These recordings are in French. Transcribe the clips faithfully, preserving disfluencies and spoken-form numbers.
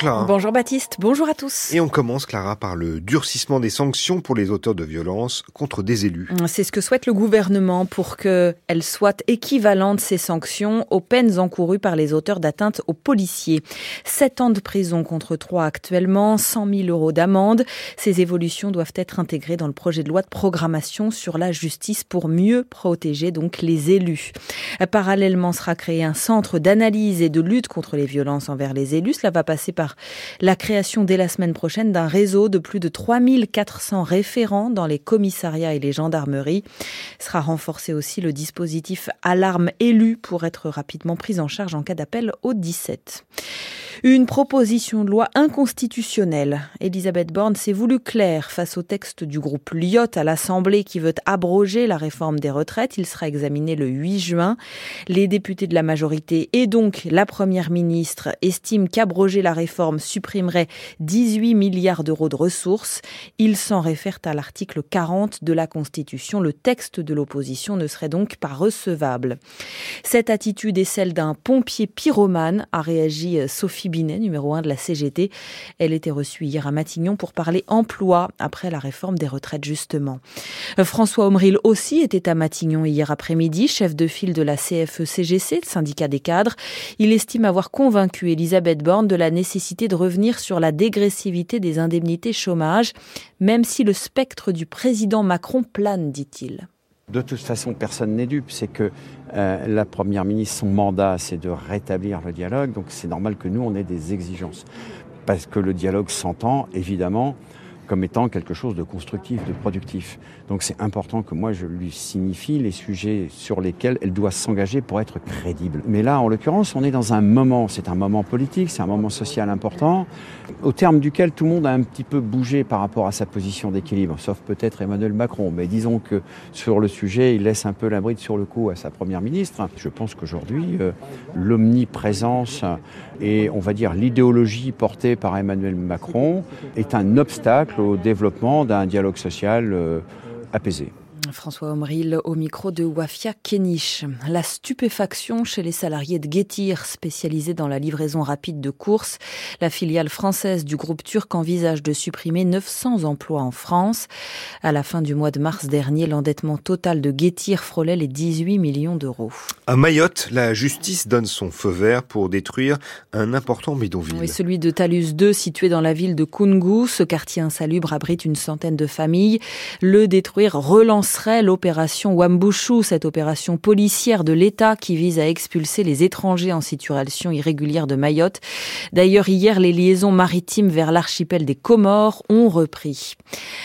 Clara. Bonjour Baptiste, bonjour à tous. Et on commence Clara par le durcissement des sanctions pour les auteurs de violences contre des élus. C'est ce que souhaite le gouvernement pour qu'elles soient équivalentes, ces sanctions, aux peines encourues par les auteurs d'atteintes aux policiers. Sept ans de prison contre trois actuellement, cent mille euros d'amende. Ces évolutions doivent être intégrées dans le projet de loi de programmation sur la justice pour mieux protéger donc les élus. Parallèlement sera créé un centre d'analyse et de lutte contre les violences envers les élus. Cela va passer par la création dès la semaine prochaine d'un réseau de plus de trois mille quatre cents référents dans les commissariats et les gendarmeries. Sera renforcé aussi le dispositif Alarme élu pour être rapidement pris en charge en cas d'appel au dix-sept. Une proposition de loi inconstitutionnelle. Elisabeth Borne s'est voulue claire face au texte du groupe Lyotte à l'Assemblée qui veut abroger la réforme des retraites. Il sera examiné le huit juin. Les députés de la majorité et donc la Première ministre estiment qu'abroger la réforme supprimerait dix-huit milliards d'euros de ressources. Ils s'en réfèrent à l'article quarante de la Constitution. Le texte de l'opposition ne serait donc pas recevable. Cette attitude est celle d'un pompier pyromane, a réagi Sophie Binet, numéro un de la C G T. Elle était reçue hier à Matignon pour parler emploi après la réforme des retraites justement. François Omril aussi était à Matignon hier après-midi, chef de file de la C F E C G C, le syndicat des cadres. Il estime avoir convaincu Elisabeth Borne de la nécessité de revenir sur la dégressivité des indemnités chômage, même si le spectre du président Macron plane, dit-il. De toute façon, personne n'est dupe. C'est que euh, la Première ministre, son mandat, c'est de rétablir le dialogue. Donc c'est normal que nous, on ait des exigences. Parce que le dialogue s'entend, évidemment, comme étant quelque chose de constructif, de productif. Donc c'est important que moi je lui signifie les sujets sur lesquels elle doit s'engager pour être crédible. Mais là, en l'occurrence, on est dans un moment, c'est un moment politique, c'est un moment social important, au terme duquel tout le monde a un petit peu bougé par rapport à sa position d'équilibre, sauf peut-être Emmanuel Macron. Mais disons que sur le sujet, il laisse un peu la bride sur le cou à sa première ministre. Je pense qu'aujourd'hui, euh, l'omniprésence et on va dire l'idéologie portée par Emmanuel Macron est un obstacle au développement d'un dialogue social euh, apaisé. François Omril au micro de Wafia Kenich. La stupéfaction chez les salariés de Getir, spécialisés dans la livraison rapide de courses. La filiale française du groupe turc envisage de supprimer neuf cents emplois en France. À la fin du mois de mars dernier, l'endettement total de Getir frôlait les dix-huit millions d'euros. À Mayotte, la justice donne son feu vert pour détruire un important bidonville. Oui, celui de Talus deux, situé dans la ville de Koungou. Ce quartier insalubre abrite une centaine de familles. Le détruire relancerait l'opération Wambushu, cette opération policière de l'État qui vise à expulser les étrangers en situation irrégulière de Mayotte. D'ailleurs, hier, les liaisons maritimes vers l'archipel des Comores ont repris.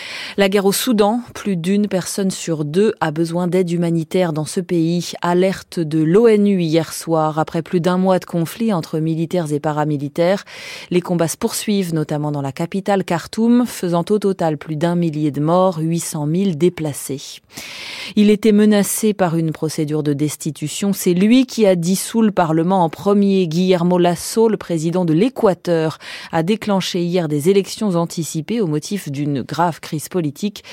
La guerre au Soudan, plus d'une personne sur deux a besoin d'aide humanitaire dans ce pays. Alerte de l'ONU hier soir. Après plus d'un mois de conflit entre militaires et paramilitaires, les combats se poursuivent, notamment dans la capitale Khartoum, faisant au total plus d'un millier de morts, huit cent mille déplacés. Il était menacé par une procédure de destitution. C'est lui qui a dissous le Parlement en premier. Guillermo Lasso, le président de l'Équateur, a déclenché hier des élections anticipées au motif d'une grave crise politique.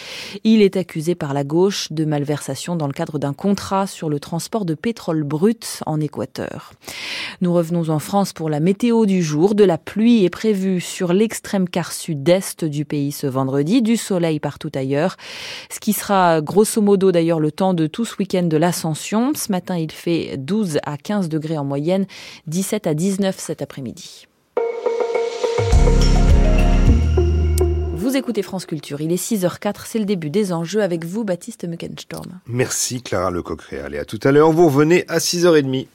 Il est accusé par la gauche de malversation dans le cadre d'un contrat sur le transport de pétrole brut en Équateur. Nous revenons en France pour la météo du jour. De la pluie est prévue sur l'extrême quart sud-est du pays ce vendredi, du soleil partout ailleurs. Ce qui sera grosso modo d'ailleurs le temps de tout ce week-end de l'Ascension. Ce matin, il fait douze à quinze degrés en moyenne, dix-sept à dix-neuf cet après-midi. Vous écoutez France Culture, il est six heures quatre, c'est le début des enjeux avec vous, Baptiste Meckenstorm. Merci Clara Lecoq-Réal et à tout à l'heure, vous revenez à six heures trente.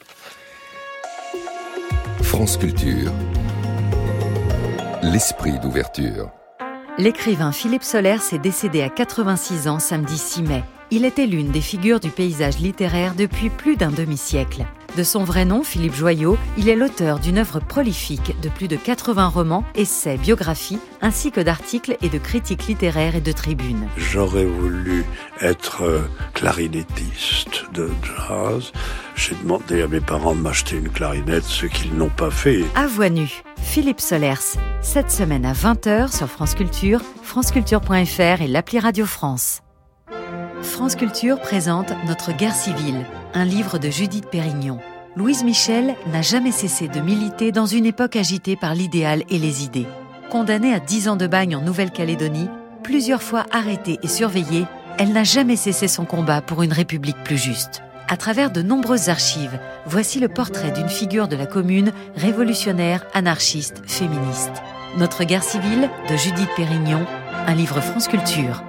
France Culture, l'esprit d'ouverture. L'écrivain Philippe Solers est décédé à quatre-vingt-six ans samedi six mai. Il était l'une des figures du paysage littéraire depuis plus d'un demi-siècle. De son vrai nom, Philippe Joyot, il est l'auteur d'une œuvre prolifique de plus de quatre-vingts romans, essais, biographies, ainsi que d'articles et de critiques littéraires et de tribunes. J'aurais voulu être clarinettiste de jazz. J'ai demandé à mes parents de m'acheter une clarinette, ce qu'ils n'ont pas fait. À voix nue, Philippe Solers, cette semaine à vingt heures sur France Culture, franceculture point f r et l'appli Radio France. France Culture présente Notre guerre civile, un livre de Judith Pérignon. Louise Michel n'a jamais cessé de militer dans une époque agitée par l'idéal et les idées. Condamnée à dix ans de bagne en Nouvelle-Calédonie, plusieurs fois arrêtée et surveillée, elle n'a jamais cessé son combat pour une république plus juste. À travers de nombreuses archives, voici le portrait d'une figure de la commune révolutionnaire, anarchiste, féministe. Notre guerre civile de Judith Pérignon, un livre France Culture.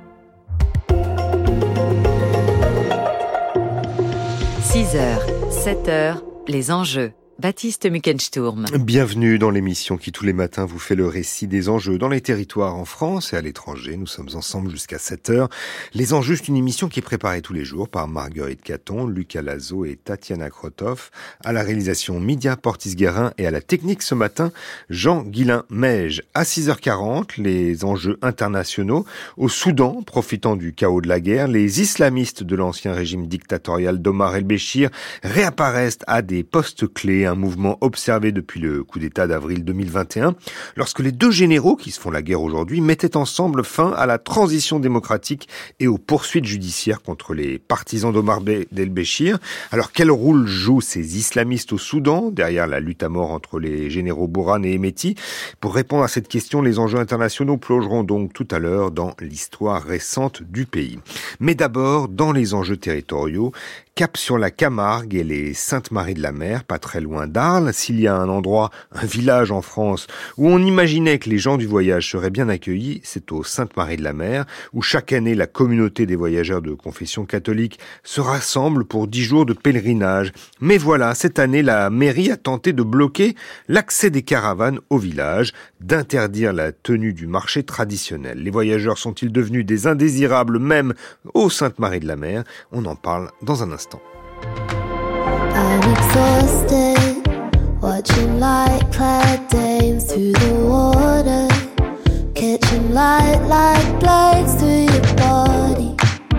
six heures, sept heures, les enjeux. Baptiste Muckensturm. Bienvenue dans l'émission qui tous les matins vous fait le récit des enjeux dans les territoires en France et à l'étranger. Nous sommes ensemble jusqu'à sept heures. Les enjeux, c'est une émission qui est préparée tous les jours par Marguerite Caton, Lucas Lazo et Tatiana Krotov. À la réalisation, Midia Portis-Guérin et à la technique ce matin, Jean-Guilain Meige. À six heures quarante, les enjeux internationaux. Au Soudan, profitant du chaos de la guerre, les islamistes de l'ancien régime dictatorial d'Omar el-Béchir réapparaissent à des postes clés. Un mouvement observé depuis le coup d'État d'avril deux mille vingt et un, lorsque les deux généraux qui se font la guerre aujourd'hui mettaient ensemble fin à la transition démocratique et aux poursuites judiciaires contre les partisans d'Omar el-Béchir. Alors quel rôle jouent ces islamistes au Soudan, derrière la lutte à mort entre les généraux Bourhan et Hemeti? Pour répondre à cette question, les enjeux internationaux plongeront donc tout à l'heure dans l'histoire récente du pays. Mais d'abord, dans les enjeux territoriaux, cap sur la Camargue et les Saintes-Maries-de-la-Mer, pas très loin d'Arles. S'il y a un endroit, un village en France où on imaginait que les gens du voyage seraient bien accueillis, c'est aux Saintes-Maries-de-la-Mer, où chaque année la communauté des voyageurs de confession catholique se rassemble pour dix jours de pèlerinage. Mais voilà, cette année, la mairie a tenté de bloquer l'accès des caravanes au village, d'interdire la tenue du marché traditionnel. Les voyageurs sont-ils devenus des indésirables même aux Saintes-Maries-de-la-Mer? On en parle dans un instant. I'm exhausted, watching light-clad dames through the water, catching light like blades through your body.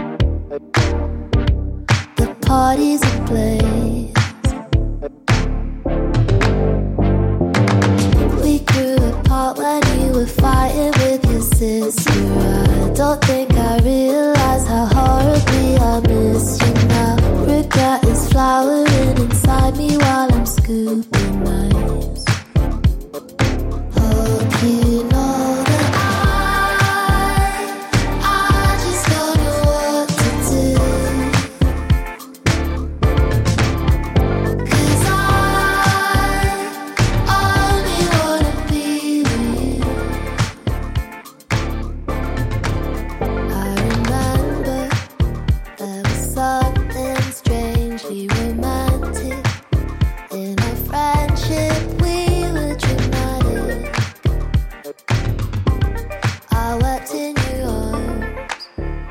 The party's ablaze. We grew apart when you were fighting with your sister. I don't think I realized how horribly I miss you now. Regret is flowering inside me while I'm scooping knives. Hope you know that I, I just don't know what to do. 'Cause I only wanna be with you. I remember there was something strangely romantic in our friendship. We were dramatic. I wept in your arms,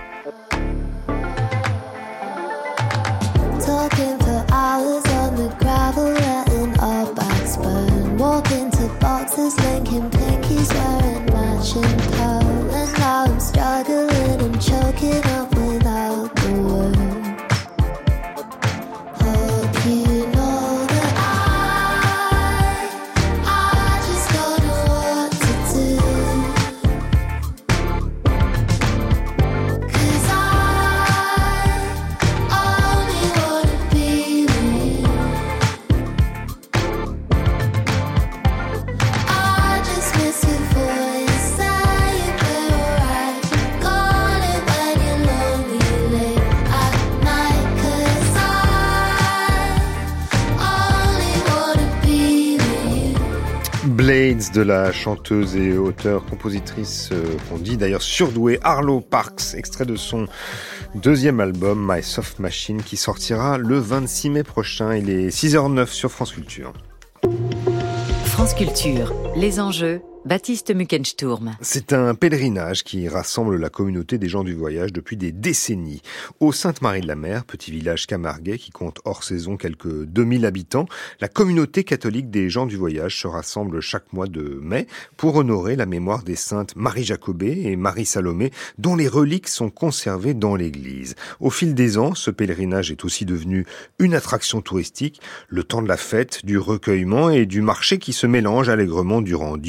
talking for hours on the gravel, letting our backs burn. Walking to boxes, linking pinkies, wearing matching pearl. And now I'm struggling and choking up without the words. Hope you know that I, I just don't know what to do. 'Cause I only wanna be with you. I just miss your voice, saying we're alright. Call it when you're lonely late at night. 'Cause I only wanna be with you. Blades de la chanteuse et auteure-compositrice euh, qu'on dit d'ailleurs surdouée Arlo Parks, extrait de son deuxième album My Soft Machine qui sortira le vingt-six mai prochain. Il est six heures neuf sur France Culture. France Culture, les enjeux, Baptiste Muckensturm. C'est un pèlerinage qui rassemble la communauté des gens du voyage depuis des décennies. Au Sainte-Marie-de-la-Mer, petit village camarguais qui compte hors saison quelques deux mille habitants, la communauté catholique des gens du voyage se rassemble chaque mois de mai pour honorer la mémoire des saintes Marie-Jacobée et Marie-Salomé, dont les reliques sont conservées dans l'église. Au fil des ans, ce pèlerinage est aussi devenu une attraction touristique, le temps de la fête, du recueillement et du marché qui se mélangent allègrement durant dix jours.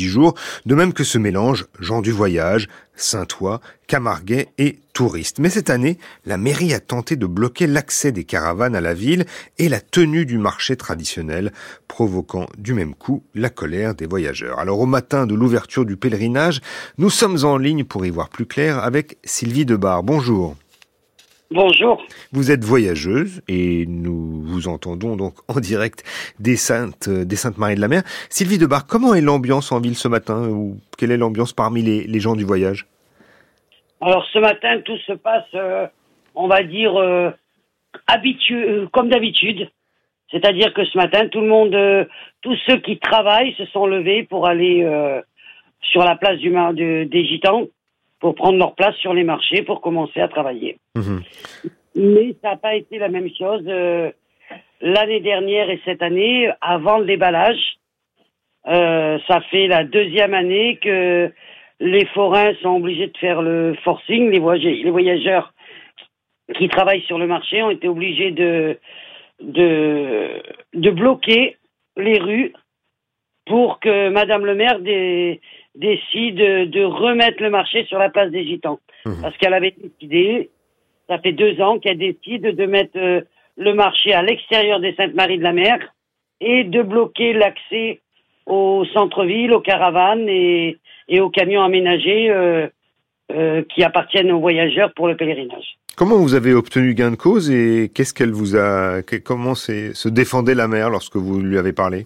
De même que ce mélange gens du voyage, Saintois, Camarguais et touristes. Mais cette année, la mairie a tenté de bloquer l'accès des caravanes à la ville et la tenue du marché traditionnel, provoquant du même coup la colère des voyageurs. Alors au matin de l'ouverture du pèlerinage, nous sommes en ligne pour y voir plus clair avec Sylvie Debar. Bonjour. Bonjour. Vous êtes voyageuse et nous vous entendons donc en direct des Saintes, des Saintes-Maries de la Mer. Sylvie Debar, comment est l'ambiance en ville ce matin ou quelle est l'ambiance parmi les, les gens du voyage? Alors ce matin, tout se passe, euh, on va dire, euh, habitu- euh, comme d'habitude. C'est-à-dire que ce matin, tout le monde, euh, tous ceux qui travaillent se sont levés pour aller euh, sur la place du mar- de, des Gitans, pour prendre leur place sur les marchés, pour commencer à travailler. Mmh. Mais ça n'a pas été la même chose euh, l'année dernière et cette année, avant le déballage. Euh, ça fait la deuxième année que les forains sont obligés de faire le forcing. Les, voyageurs, les voyageurs qui travaillent sur le marché ont été obligés de, de, de bloquer les rues pour que Madame le maire des, décide de remettre le marché sur la place des Gitans. Mmh. Parce qu'elle avait décidé, ça fait deux ans qu'elle décide de mettre euh, le marché à l'extérieur des Saintes-Maries de la Mer et de bloquer l'accès au centre-ville, aux caravanes et, et aux camions aménagés euh, euh, qui appartiennent aux voyageurs pour le pèlerinage. Comment vous avez obtenu gain de cause et qu'est-ce qu'elle vous a, comment se défendait la maire lorsque vous lui avez parlé?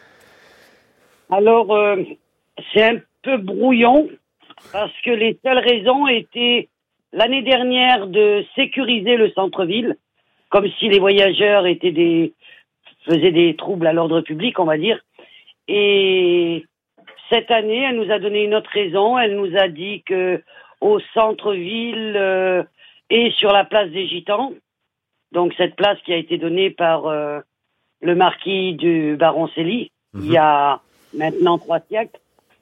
Alors, euh, c'est un peu brouillon parce que les seules raisons étaient l'année dernière de sécuriser le centre-ville, comme si les voyageurs étaient des faisaient des troubles à l'ordre public, on va dire. Et cette année, elle nous a donné une autre raison. Elle nous a dit que au centre-ville euh, et sur la place des Gitans, donc cette place qui a été donnée par euh, le marquis du Baron Célie, mmh. il y a maintenant trois siècles.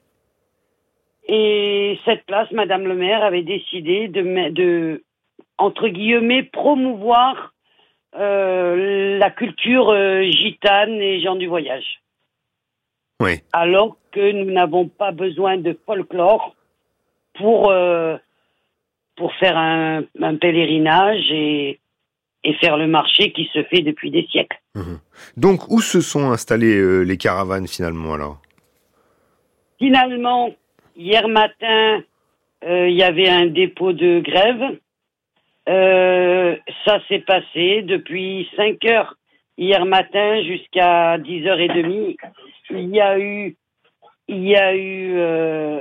Et cette place, Madame le maire avait décidé de, de entre guillemets, promouvoir euh, la culture euh, gitane et gens du voyage. Oui. Alors que nous n'avons pas besoin de folklore pour euh, pour faire un, un pèlerinage et, et faire le marché qui se fait depuis des siècles. Mmh. Donc, où se sont installées euh, les caravanes finalement alors? Finalement, hier matin, euh, il y avait un dépôt de grève. Euh, ça s'est passé depuis cinq heures hier matin jusqu'à dix heures trente. Il y a eu, il y a eu, euh...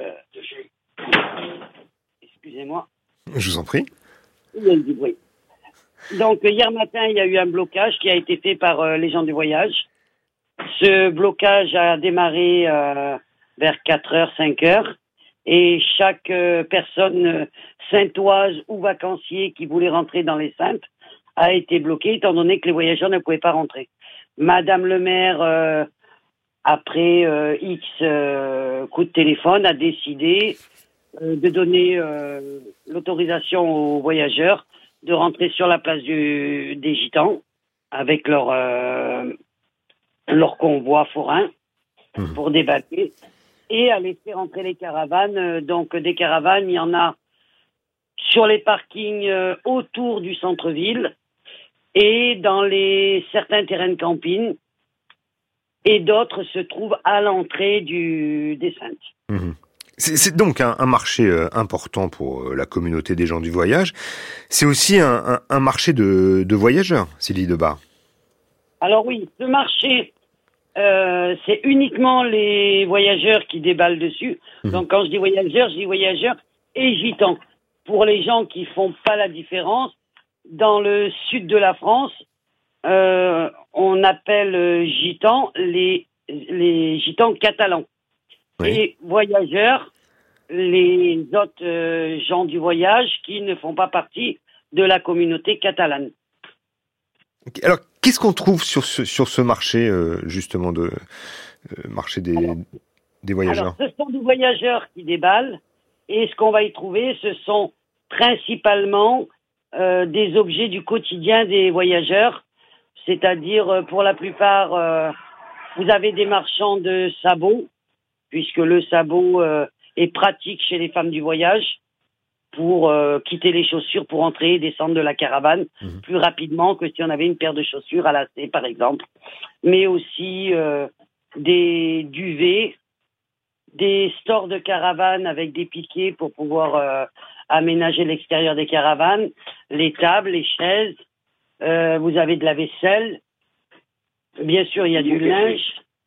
excusez-moi. Je vous en prie. Il y a eu du bruit. Donc hier matin, il y a eu un blocage qui a été fait par euh, les gens du voyage. Ce blocage a démarré euh, vers quatre heures, cinq heures. Et chaque euh, personne euh, saintoise ou vacancier qui voulait rentrer dans les Saintes a été bloqué, étant donné que les voyageurs ne pouvaient pas rentrer. Madame le maire, euh, après euh, X euh, coups de téléphone, a décidé euh, de donner euh, l'autorisation aux voyageurs de rentrer sur la place du, des Gitans avec leur, euh, leur convoi forain mmh. pour débattre. Et à laisser rentrer les caravanes. Donc des caravanes, il y en a sur les parkings euh, autour du centre-ville et dans les certains terrains de camping. Et d'autres se trouvent à l'entrée du, des Saintes. Mmh. C'est, c'est donc un, un marché euh, important pour euh, la communauté des gens du voyage. C'est aussi un, un, un marché de, de voyageurs, Sylvie Debar. Alors oui, ce marché... Euh, c'est uniquement les voyageurs qui déballent dessus. Mmh. Donc quand je dis voyageurs, je dis voyageurs et gitans. Pour les gens qui font pas la différence, dans le sud de la France, euh, on appelle euh, gitans les, les gitans catalans. Oui. Et voyageurs, les autres euh, gens du voyage qui ne font pas partie de la communauté catalane. Alors, qu'est-ce qu'on trouve sur ce, sur ce marché, euh, justement, de euh, marché des, alors, des voyageurs? Alors, ce sont des voyageurs qui déballent, et ce qu'on va y trouver, ce sont principalement euh, des objets du quotidien des voyageurs, c'est-à-dire, euh, pour la plupart, euh, vous avez des marchands de sabots, puisque le sabot euh, est pratique chez les femmes du voyage pour euh, quitter les chaussures pour entrer et descendre de la caravane mmh. plus rapidement que si on avait une paire de chaussures à lacets, par exemple. Mais aussi euh, des duvets, des stores de caravane avec des piquets pour pouvoir euh, aménager l'extérieur des caravanes, les tables, les chaises, euh, vous avez de la vaisselle, bien sûr il y a du linge,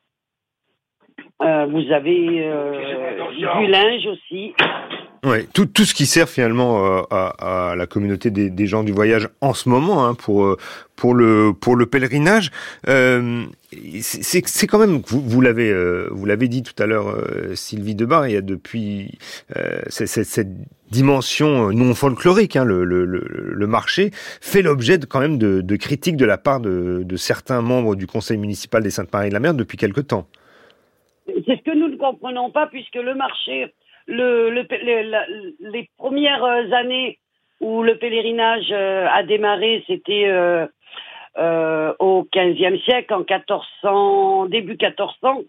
euh, vous avez euh, du linge aussi. Ouais, tout, tout ce qui sert finalement euh, à, à la communauté des, des gens du voyage en ce moment hein, pour euh, pour le pour le pèlerinage. Euh, c'est c'est quand même vous, vous l'avez euh, vous l'avez dit tout à l'heure euh, Sylvie Debar, il y a depuis euh, cette, cette, cette dimension non folklorique. Hein, le, le le marché fait l'objet de, quand même de, de critiques de la part de, de certains membres du conseil municipal des Saintes-Maries-de-la-Mer depuis quelque temps. C'est ce que nous ne comprenons pas puisque le marché Le, le, le, la, les premières années où le pèlerinage euh, a démarré, c'était euh, euh, au quinzième siècle, en quatorze cents, début quatorze cents.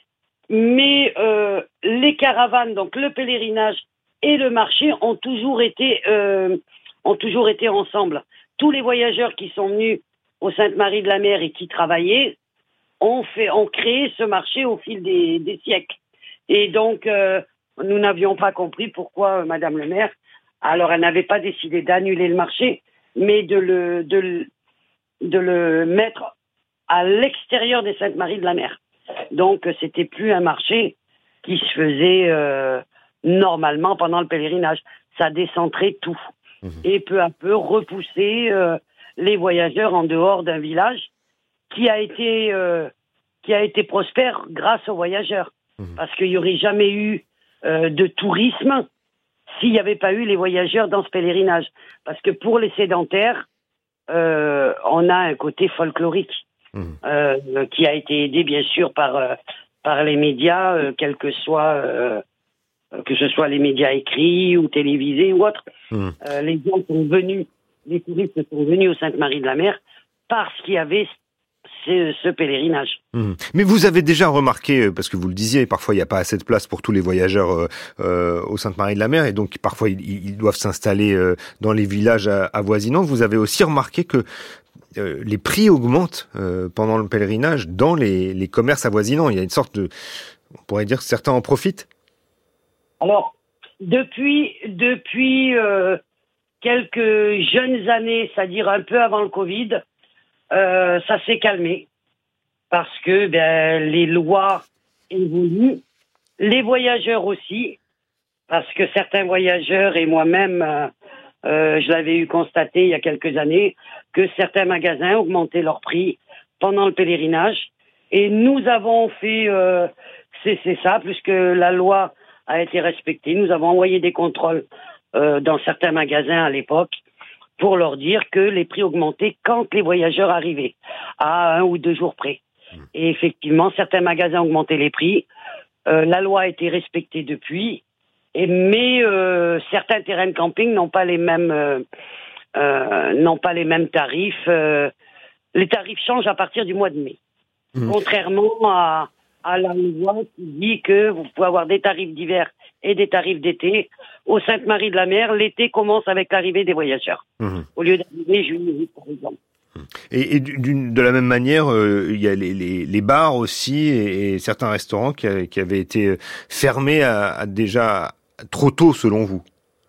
Mais euh, les caravanes, donc le pèlerinage et le marché, ont toujours été, euh, ont toujours été ensemble. Tous les voyageurs qui sont venus aux Saintes-Maries-de-la-Mer et qui travaillaient ont fait, ont créé ce marché au fil des, des siècles. Et donc euh, nous n'avions pas compris pourquoi euh, Madame le maire, alors elle n'avait pas décidé d'annuler le marché, mais de le, de, de le mettre à l'extérieur des Saintes-Maries-de-la-Mer. Donc euh, c'était plus un marché qui se faisait euh, normalement pendant le pèlerinage. Ça décentrait tout. Mmh. Et peu à peu repousser euh, les voyageurs en dehors d'un village qui a été, euh, qui a été prospère grâce aux voyageurs. Mmh. Parce qu'il n'y aurait jamais eu Euh, de tourisme s'il n'y avait pas eu les voyageurs dans ce pèlerinage. Parce que pour les sédentaires, euh, on a un côté folklorique mmh. euh, qui a été aidé bien sûr par, euh, par les médias, euh, quels que soient, euh, que ce soit les médias écrits ou télévisés ou autres. Mmh. Euh, les gens sont venus, les touristes sont venus aux Saintes-Maries-de-la-Mer parce qu'il y avait ce, ce pèlerinage. Mmh. Mais vous avez déjà remarqué, parce que vous le disiez, parfois il n'y a pas assez de place pour tous les voyageurs euh, euh, aux Saintes-Maries-de-la-Mer, et donc parfois ils, ils doivent s'installer euh, dans les villages avoisinants. Vous avez aussi remarqué que euh, les prix augmentent euh, pendant le pèlerinage dans les, les commerces avoisinants. Il y a une sorte de, on pourrait dire que certains en profitent. Alors, depuis, depuis euh, quelques jeunes années, c'est-à-dire un peu avant le Covid, Euh, ça s'est calmé parce que ben, les lois évoluent, les voyageurs aussi, parce que certains voyageurs et moi-même, euh, euh, je l'avais eu constaté il y a quelques années, que certains magasins augmentaient leurs prix pendant le pèlerinage et nous avons fait euh, cesser ça puisque la loi a été respectée. Nous avons envoyé des contrôles euh, dans certains magasins à l'époque pour leur dire que les prix augmentaient quand les voyageurs arrivaient, à un ou deux jours près. Et effectivement, certains magasins augmentaient les prix. Euh, la loi a été respectée depuis, et, mais euh, certains terrains de camping n'ont pas les mêmes, euh, euh, n'ont pas les mêmes tarifs. Euh, les tarifs changent à partir du mois de mai. Mmh. Contrairement à, à la loi qui dit que vous pouvez avoir des tarifs d'hiver et des tarifs d'été. Aux Saintes-Maries-de-la-Mer, l'été commence avec l'arrivée des voyageurs, mmh. au lieu d'arriver juillet, par exemple. Et, et d'une, de la même manière, euh, il y a les, les, les bars aussi et, et certains restaurants qui, a, qui avaient été fermés à, à déjà trop tôt, selon vous.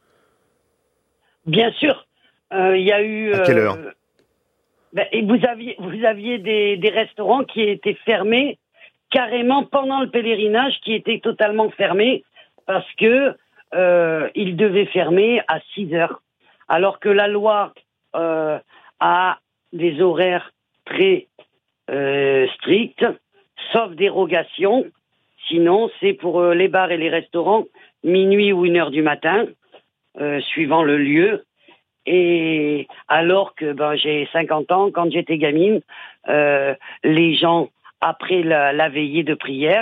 Bien sûr. Euh, il y a eu... À quelle heure euh, ben, et vous aviez, vous aviez des, des restaurants qui étaient fermés carrément pendant le pèlerinage, qui étaient totalement fermés parce que euh, ils devaient fermer à six heures. Alors que la loi euh, a des horaires très euh, stricts, sauf dérogation. Sinon, c'est pour euh, les bars et les restaurants, minuit ou une heure du matin, euh, suivant le lieu. Et alors que ben, j'ai cinquante ans, quand j'étais gamine, euh, les gens, après la, la veillée de prière,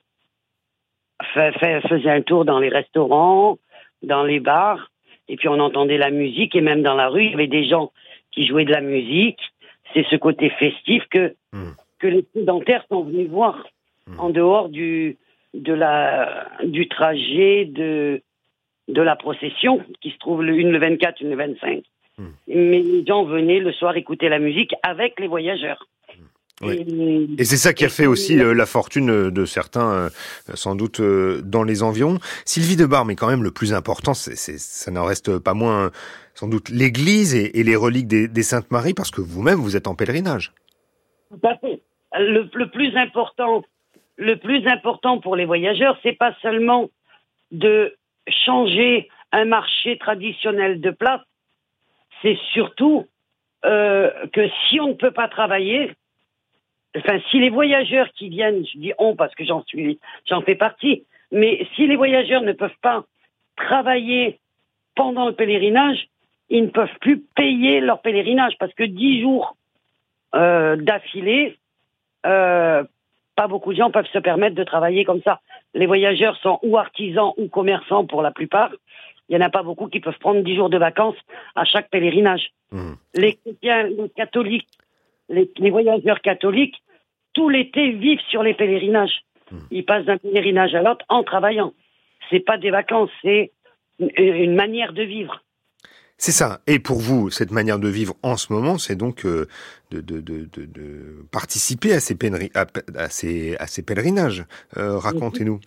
f- f- faisaient un tour dans les restaurants, dans les bars, et puis on entendait la musique, et même dans la rue, il y avait des gens qui jouaient de la musique. C'est ce côté festif que, mmh. que les sédentaires sont venus voir, mmh. en dehors du, de la, du trajet de, de la procession, qui se trouve le, une le vingt-quatre, une le vingt-cinq. Mmh. Mais les gens venaient le soir écouter la musique avec les voyageurs. Oui. Et, et c'est ça qui a fait aussi euh, la fortune de certains, euh, sans doute, euh, dans les environs. Sylvie Debar, mais quand même le plus important, c'est, c'est, ça n'en reste pas moins, sans doute, l'église et, et les reliques des, des Saintes Maries, parce que vous-même, vous êtes en pèlerinage. Tout à fait. Le, le plus important, le plus important pour les voyageurs, c'est pas seulement de changer un marché traditionnel de place, c'est surtout euh, que si on ne peut pas travailler, enfin, si les voyageurs qui viennent, je dis on parce que j'en suis, j'en fais partie, mais si les voyageurs ne peuvent pas travailler pendant le pèlerinage, ils ne peuvent plus payer leur pèlerinage parce que dix jours euh, d'affilée, euh, pas beaucoup de gens peuvent se permettre de travailler comme ça. Les voyageurs sont ou artisans ou commerçants pour la plupart. Il n'y en a pas beaucoup qui peuvent prendre dix jours de vacances à chaque pèlerinage. Mmh. Les chrétiens, les catholiques, les, les voyageurs catholiques, tout l'été vivent sur les pèlerinages. Mmh. Ils passent d'un pèlerinage à l'autre en travaillant. C'est pas des vacances, c'est une, une manière de vivre. C'est ça. Et pour vous, cette manière de vivre en ce moment, c'est donc euh, de, de, de, de, de participer à ces, pèleri- à, à ces, à ces pèlerinages. Euh, racontez-nous.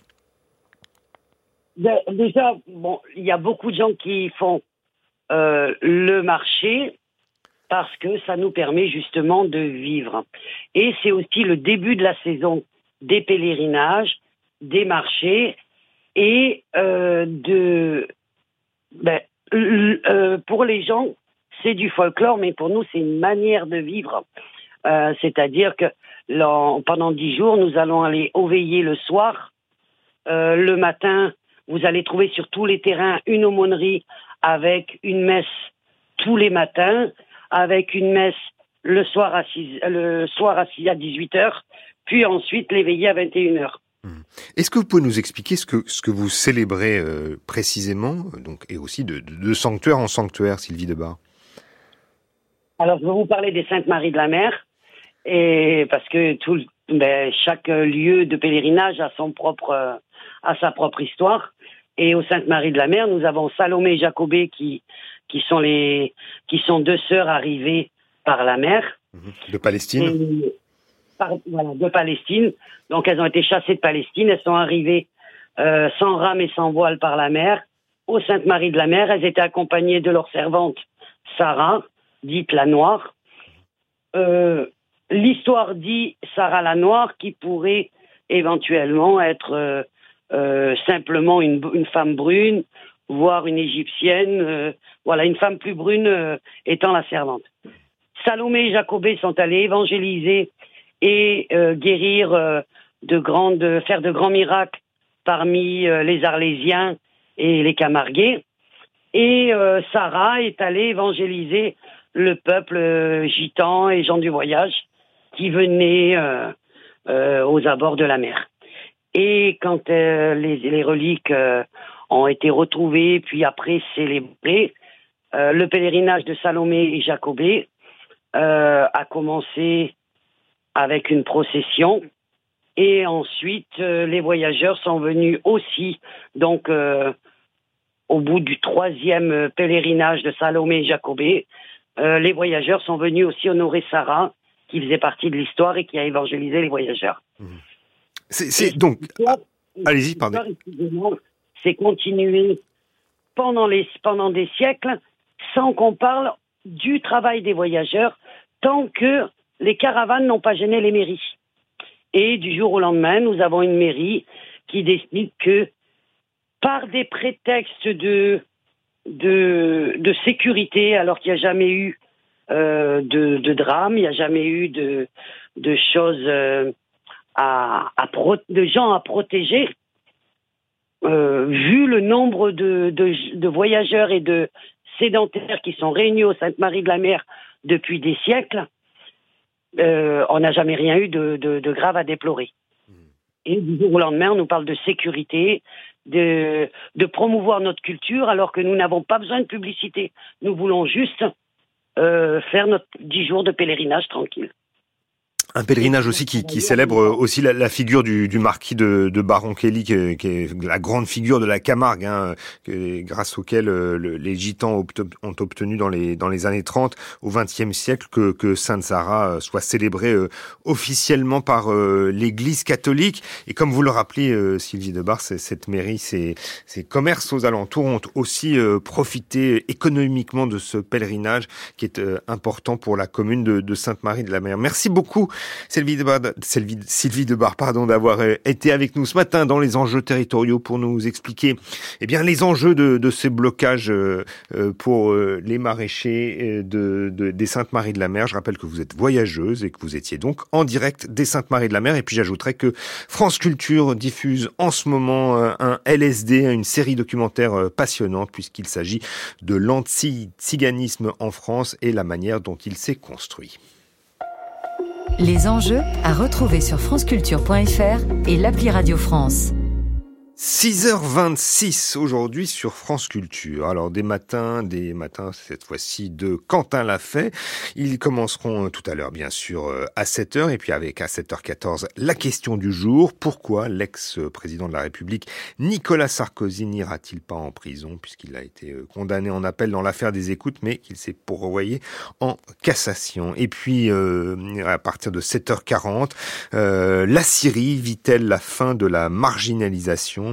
Déjà, bon, il y a beaucoup de gens qui font euh, le marché parce que ça nous permet justement de vivre. Et c'est aussi le début de la saison des pèlerinages, des marchés et euh, de... Ben, euh, pour les gens, c'est du folklore, mais pour nous, c'est une manière de vivre. Euh, c'est-à-dire que pendant dix jours, nous allons aller au veillées le soir. Euh, le matin, vous allez trouver sur tous les terrains une aumônerie avec une messe tous les matins, avec une messe le soir à, six, le soir à, six, à dix-huit heures, puis ensuite les veillées à vingt et une heures. Est-ce que vous pouvez nous expliquer ce que, ce que vous célébrez euh, précisément, donc, et aussi de, de, de sanctuaire en sanctuaire, Sylvie Debar? Alors, je vais vous parler des Saintes Maries de la Mer, et parce que tout, ben, chaque lieu de pèlerinage a son propre, a sa propre histoire. Et aux Saintes Maries de la Mer, nous avons Salomé et Jacobée qui, qui sont les, qui sont deux sœurs arrivées par la mer. De Palestine. Et, par, voilà, de Palestine. Donc, elles ont été chassées de Palestine. Elles sont arrivées euh, sans rame et sans voile par la mer. Aux Saintes Maries de la Mer, elles étaient accompagnées de leur servante Sarah, dite la Noire. Euh, l'histoire dit Sarah la Noire, qui pourrait éventuellement être euh, euh, simplement une, une femme brune, voire une égyptienne. Euh, voilà, une femme plus brune euh, étant la servante. Salomé et Jacobée sont allés évangéliser et euh, guérir euh, de grandes, faire de grands miracles parmi euh, les Arlésiens et les Camarguais. Et euh, Sarah est allée évangéliser le peuple euh, gitan et gens du voyage qui venaient euh, euh, aux abords de la mer. Et quand euh, les, les reliques euh, ont été retrouvées, puis après célébrées, euh, le pèlerinage de Salomé et Jacobée euh, a commencé avec une procession. Et ensuite, euh, les voyageurs sont venus aussi, donc euh, au bout du troisième pèlerinage de Salomé et Jacobée, euh, les voyageurs sont venus aussi honorer Sarah, qui faisait partie de l'histoire et qui a évangélisé les voyageurs. Mmh. C'est, c'est donc... Ah, allez-y, pardon. C'est continué pendant, les, pendant des siècles, sans qu'on parle du travail des voyageurs, tant que les caravanes n'ont pas gêné les mairies. Et du jour au lendemain, nous avons une mairie qui décide que, par des prétextes de, de, de sécurité, alors qu'il n'y a jamais eu euh, de, de drame, il n'y a jamais eu de, de choses, euh, à, à pro, de gens à protéger, euh, vu le nombre de, de, de voyageurs et de sédentaires qui sont réunis aux Saintes Maries de la Mer depuis des siècles, Euh, on n'a jamais rien eu de, de, de grave à déplorer. Et du jour au lendemain, on nous parle de sécurité, de, de promouvoir notre culture, alors que nous n'avons pas besoin de publicité. Nous voulons juste euh, faire notre dix jours de pèlerinage tranquille. Un pèlerinage aussi qui, qui célèbre aussi la, la figure du, du marquis de, de Baron-Kelly, qui, qui est la grande figure de la Camargue, hein, que, grâce auquel euh, le, les gitans ont obtenu dans les, dans les années trente au vingtième siècle que, que Sainte-Sarah soit célébrée euh, officiellement par euh, l'Église catholique. Et comme vous le rappelez, euh, Sylvie Debar, cette mairie, ces, ces commerces aux alentours ont aussi euh, profité économiquement de ce pèlerinage qui est euh, important pour la commune de, de Sainte-Marie-de-la-Mer. Merci beaucoup. Sylvie Debar, Sylvie, Sylvie Debar, pardon, d'avoir été avec nous ce matin dans les enjeux territoriaux pour nous expliquer, eh bien, les enjeux de, de ces blocages euh, pour euh, les maraîchers de, de, des Sainte-Marie-de-la-Mer. Je rappelle que vous êtes voyageuse et que vous étiez donc en direct des Sainte-Marie-de-la-Mer. Et puis, j'ajouterais que France Culture diffuse en ce moment un L S D, une série documentaire passionnante puisqu'il s'agit de l'anti-tsiganisme en France et la manière dont il s'est construit. Les enjeux à retrouver sur franceculture point f r et l'appli Radio France. six heures vingt-six aujourd'hui sur France Culture. Alors des matins, des matins cette fois-ci de Quentin Lafay. Ils commenceront tout à l'heure bien sûr à sept heures et puis avec à sept heures quatorze la question du jour. Pourquoi l'ex-président de la République Nicolas Sarkozy n'ira-t-il pas en prison puisqu'il a été condamné en appel dans l'affaire des écoutes mais qu'il s'est pourvoyé en cassation. Et puis euh, à partir de sept heures quarante, euh, la Syrie vit-elle la fin de la marginalisation ?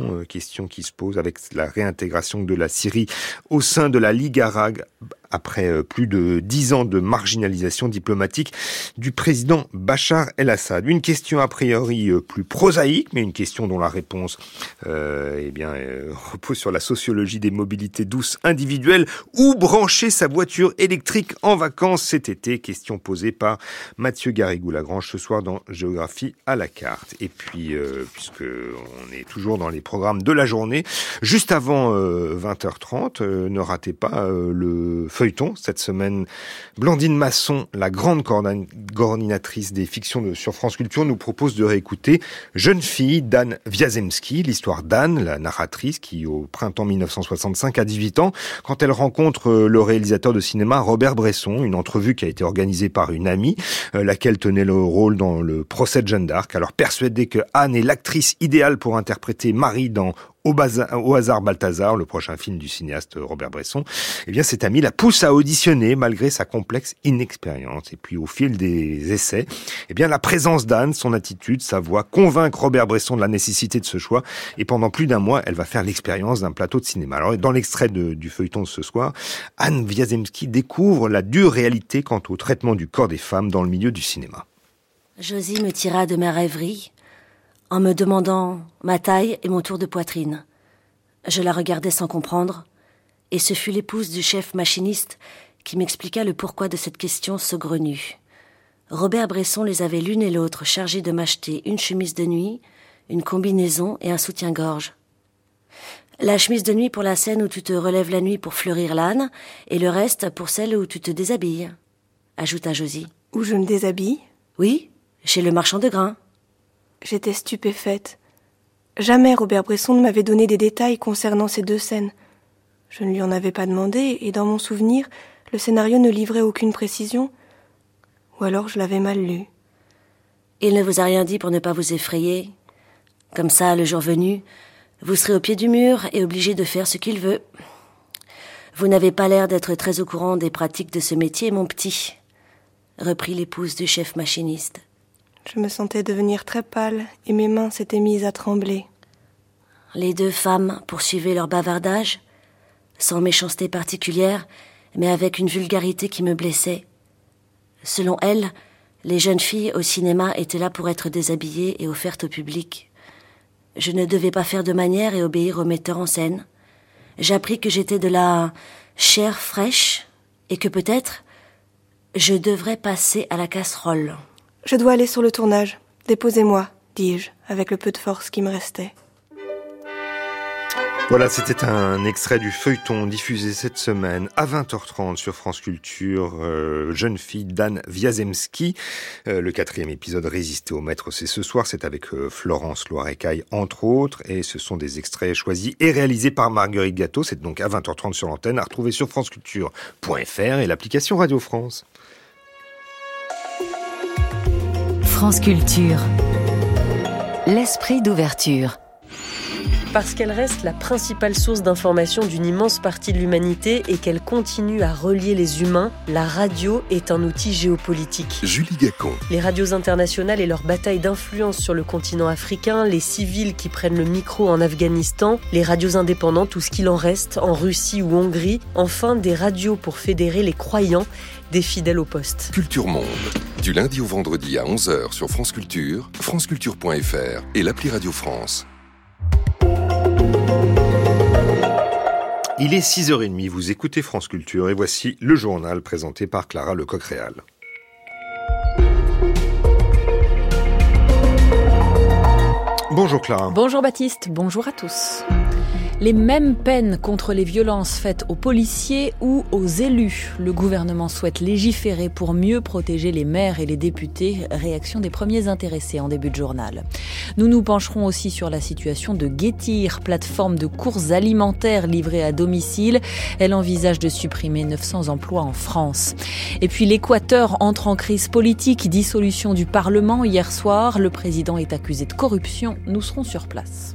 Question qui se pose avec la réintégration de la Syrie au sein de la Ligue arabe après plus de dix ans de marginalisation diplomatique du président Bachar el-Assad. Une question a priori plus prosaïque, mais une question dont la réponse euh, eh bien, euh, repose sur la sociologie des mobilités douces individuelles. Où brancher sa voiture électrique en vacances cet été? Question posée par Mathieu Garrigou-Lagrange ce soir dans Géographie à la carte. Et puis, euh, puisque on est toujours dans les programmes de la journée, juste avant euh, vingt heures trente, euh, ne ratez pas euh, le feuilleton. Cette semaine, Blandine Masson, la grande coordinatrice des fictions de, sur France Culture, nous propose de réécouter Jeune fille d'Anne Wiazemski, l'histoire d'Anne, la narratrice qui, au printemps mille neuf cent soixante-cinq, a dix-huit ans, quand elle rencontre le réalisateur de cinéma Robert Bresson, une entrevue qui a été organisée par une amie, euh, laquelle tenait le rôle dans le procès de Jeanne d'Arc. Alors persuadée que Anne est l'actrice idéale pour interpréter Marie dans Au, bazar, au hasard Balthazar, le prochain film du cinéaste Robert Bresson, eh bien cette amie la pousse à auditionner malgré sa complexe inexpérience. Et puis au fil des essais, eh bien la présence d'Anne, son attitude, sa voix convainc Robert Bresson de la nécessité de ce choix. Et pendant plus d'un mois, elle va faire l'expérience d'un plateau de cinéma. Alors dans l'extrait de, du feuilleton de ce soir, Anne Wiazemski découvre la dure réalité quant au traitement du corps des femmes dans le milieu du cinéma. Josie me tira de ma rêverie en me demandant ma taille et mon tour de poitrine. Je la regardais sans comprendre, et ce fut l'épouse du chef machiniste qui m'expliqua le pourquoi de cette question saugrenue. Robert Bresson les avait l'une et l'autre chargés de m'acheter une chemise de nuit, une combinaison et un soutien-gorge. La chemise de nuit pour la scène où tu te relèves la nuit pour fleurir l'âne, et le reste pour celle où tu te déshabilles, ajouta Josie. Où je me déshabille ? Oui, chez le marchand de grains. J'étais stupéfaite. Jamais Robert Bresson ne m'avait donné des détails concernant ces deux scènes. Je ne lui en avais pas demandé, et dans mon souvenir, le scénario ne livrait aucune précision. Ou alors je l'avais mal lu. Il ne vous a rien dit pour ne pas vous effrayer. Comme ça, le jour venu, vous serez au pied du mur et obligé de faire ce qu'il veut. Vous n'avez pas l'air d'être très au courant des pratiques de ce métier, mon petit, reprit l'épouse du chef machiniste. Je me sentais devenir très pâle et mes mains s'étaient mises à trembler. Les deux femmes poursuivaient leur bavardage, sans méchanceté particulière, mais avec une vulgarité qui me blessait. Selon elles, les jeunes filles au cinéma étaient là pour être déshabillées et offertes au public. Je ne devais pas faire de manière et obéir au metteur en scène. J'appris que j'étais de la chair fraîche et que peut-être je devrais passer à la casserole. « Je dois aller sur le tournage. Déposez-moi, dis-je, avec le peu de force qui me restait. » Voilà, c'était un extrait du feuilleton diffusé cette semaine à vingt heures trente sur France Culture, euh, Jeune fille d'Anne Wiazemski. Euh, le quatrième épisode Résister au maître, c'est ce soir, c'est avec euh, Florence Loirecaille entre autres, et ce sont des extraits choisis et réalisés par Marguerite Gâteau. C'est donc à vingt heures trente sur l'antenne, à retrouver sur franceculture point f r et l'application Radio France. France Culture. L'esprit d'ouverture. Parce qu'elle reste la principale source d'information d'une immense partie de l'humanité et qu'elle continue à relier les humains, la radio est un outil géopolitique. Julie Gacon. Les radios internationales et leur bataille d'influence sur le continent africain, les civils qui prennent le micro en Afghanistan, les radios indépendantes, tout ce qu'il en reste, en Russie ou Hongrie, enfin des radios pour fédérer les croyants, des fidèles au poste. Culture Monde. Du lundi au vendredi à onze heures sur France Culture, franceculture point f r et l'appli Radio France. Il est six heures trente, vous écoutez France Culture et voici le journal présenté par Clara Lecoq-Réal. Bonjour Clara. Bonjour Baptiste, bonjour à tous. Les mêmes peines contre les violences faites aux policiers ou aux élus. Le gouvernement souhaite légiférer pour mieux protéger les maires et les députés. Réaction des premiers intéressés en début de journal. Nous nous pencherons aussi sur la situation de Getir, plateforme de courses alimentaires livrées à domicile. Elle envisage de supprimer neuf cents emplois en France. Et puis l'Équateur entre en crise politique, dissolution du Parlement hier soir. Le président est accusé de corruption. Nous serons sur place.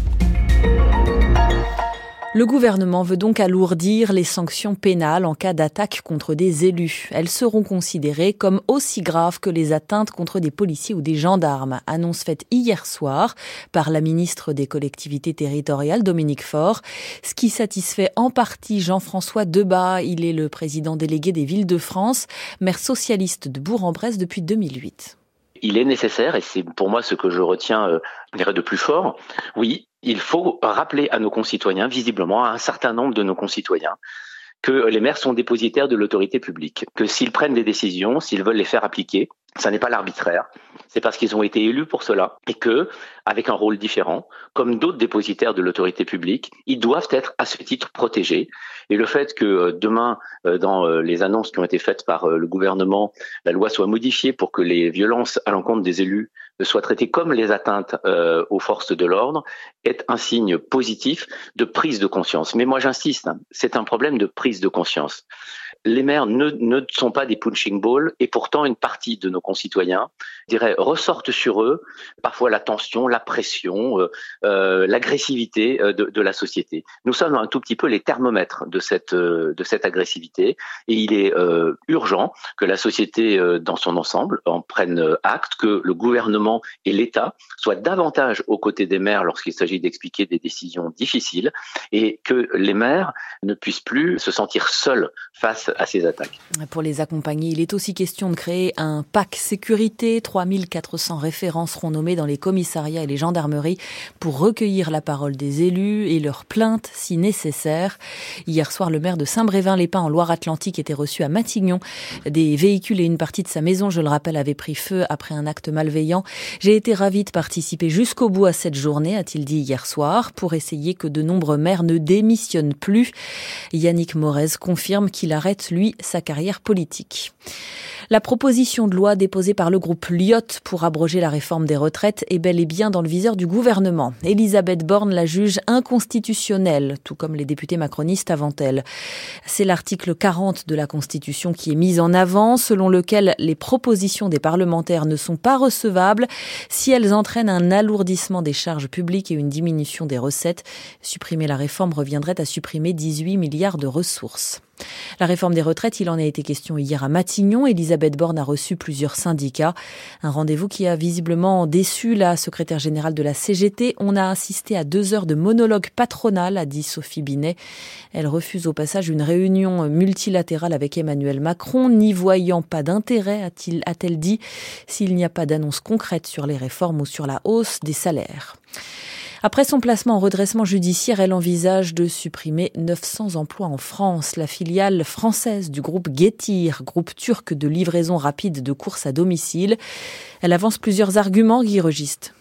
Le gouvernement veut donc alourdir les sanctions pénales en cas d'attaque contre des élus. Elles seront considérées comme aussi graves que les atteintes contre des policiers ou des gendarmes. Annonce faite hier soir par la ministre des collectivités territoriales, Dominique Faure, ce qui satisfait en partie Jean-François Debat. Il est le président délégué des Villes de France, maire socialiste de Bourg-en-Bresse depuis deux mille huit. Il est nécessaire, et c'est pour moi ce que je retiens euh, je dirais de plus fort, oui, il faut rappeler à nos concitoyens, visiblement à un certain nombre de nos concitoyens, que les maires sont dépositaires de l'autorité publique, que s'ils prennent des décisions, s'ils veulent les faire appliquer, ça n'est pas l'arbitraire, c'est parce qu'ils ont été élus pour cela et que, avec un rôle différent, comme d'autres dépositaires de l'autorité publique, ils doivent être à ce titre protégés. Et le fait que demain, dans les annonces qui ont été faites par le gouvernement, la loi soit modifiée pour que les violences à l'encontre des élus soient traitées comme les atteintes euh, aux forces de l'ordre, est un signe positif de prise de conscience. Mais moi j'insiste, hein, c'est un problème de prise de conscience. Les maires ne, ne sont pas des punching balls et pourtant une partie de nos concitoyens, je dirais, ressortent sur eux parfois la tension, la pression, euh, euh, l'agressivité de, de la société. Nous sommes un tout petit peu les thermomètres de cette, euh, de cette agressivité et il est euh, urgent que la société euh, dans son ensemble en prenne acte, que le gouvernement et l'État soient davantage aux côtés des maires lorsqu'il s'agit d'expliquer des décisions difficiles et que les maires ne puissent plus se sentir seuls face à ces attaques. Pour les accompagner, il est aussi question de créer un pack sécurité. trois mille quatre cents référents seront nommés dans les commissariats et les gendarmeries pour recueillir la parole des élus et leurs plaintes si nécessaire. Hier soir, le maire de Saint-Brévin-les-Pins en Loire-Atlantique était reçu à Matignon. Des véhicules et une partie de sa maison, je le rappelle, avaient pris feu après un acte malveillant. J'ai été ravie de participer jusqu'au bout à cette journée, a-t-il dit hier soir, pour essayer que de nombreux maires ne démissionnent plus. Yannick Morez confirme qu'il arrête, lui, sa carrière politique. La proposition de loi déposée par le groupe Lyotte pour abroger la réforme des retraites est bel et bien dans le viseur du gouvernement. Elisabeth Borne la juge inconstitutionnelle, tout comme les députés macronistes avant elle. C'est l'article quarante de la Constitution qui est mis en avant, selon lequel les propositions des parlementaires ne sont pas recevables si elles entraînent un alourdissement des charges publiques et une diminution des recettes. Supprimer la réforme reviendrait à supprimer dix-huit milliards de ressources. La réforme des retraites, il en a été question hier à Matignon. Elisabeth Borne a reçu plusieurs syndicats. Un rendez-vous qui a visiblement déçu la secrétaire générale de la C G T. On a assisté à deux heures de monologue patronal, a dit Sophie Binet. Elle refuse au passage une réunion multilatérale avec Emmanuel Macron, n'y voyant pas d'intérêt, a-t-il, a-t-elle dit, s'il n'y a pas d'annonce concrète sur les réformes ou sur la hausse des salaires. Après son placement en redressement judiciaire, elle envisage de supprimer neuf cents emplois en France. La filiale française du groupe Getir, groupe turc de livraison rapide de courses à domicile. Elle avance plusieurs arguments, Guy Registe.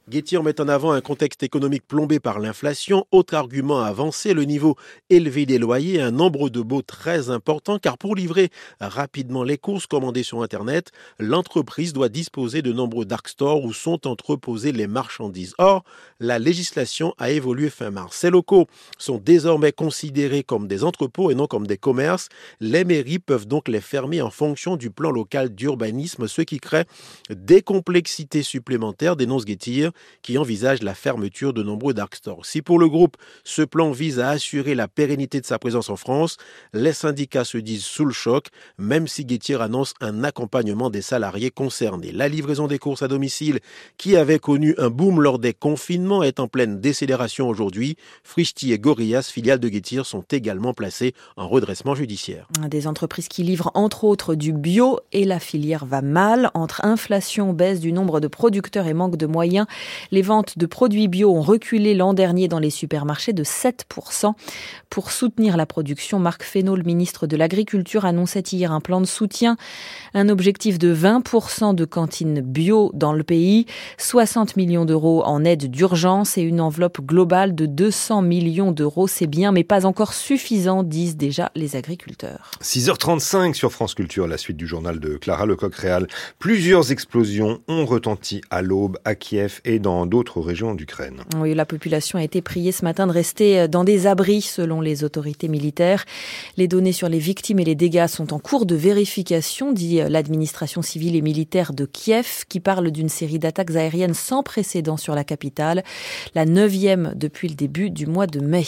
Guettir met en avant un contexte économique plombé par l'inflation. Autre argument avancé, le niveau élevé des loyers et un nombre de baux très important, car pour livrer rapidement les courses commandées sur Internet, l'entreprise doit disposer de nombreux dark stores où sont entreposées les marchandises. Or, la législation a évolué fin mars. Ces locaux sont désormais considérés comme des entrepôts et non comme des commerces. Les mairies peuvent donc les fermer en fonction du plan local d'urbanisme, ce qui crée des complexités supplémentaires, dénonce Guettir, qui envisage la fermeture de nombreux dark stores. Si pour le groupe, ce plan vise à assurer la pérennité de sa présence en France, les syndicats se disent sous le choc, même si Guettir annonce un accompagnement des salariés concernés. La livraison des courses à domicile, qui avait connu un boom lors des confinements, est en pleine décélération aujourd'hui. Frischti et Gorillas, filiales de Guettir, sont également placées en redressement judiciaire. Des entreprises qui livrent entre autres du bio et la filière va mal. Entre inflation, baisse du nombre de producteurs et manque de moyens, les ventes de produits bio ont reculé l'an dernier dans les supermarchés de sept pour cent. Pour soutenir la production, Marc Fesneau, le ministre de l'Agriculture, annonçait hier un plan de soutien, un objectif de vingt pour cent de cantines bio dans le pays, soixante millions d'euros en aide d'urgence et une enveloppe globale de deux cents millions d'euros. C'est bien, mais pas encore suffisant, disent déjà les agriculteurs. six heures trente-cinq sur France Culture, la suite du journal de Clara Lecoq-Réal. Plusieurs explosions ont retenti à l'aube, à Kiev et dans d'autres régions d'Ukraine. Oui, la population a été priée ce matin de rester dans des abris selon les autorités militaires. Les données sur les victimes et les dégâts sont en cours de vérification, dit l'administration civile et militaire de Kiev, qui parle d'une série d'attaques aériennes sans précédent sur la capitale, la neuvième depuis le début du mois de mai.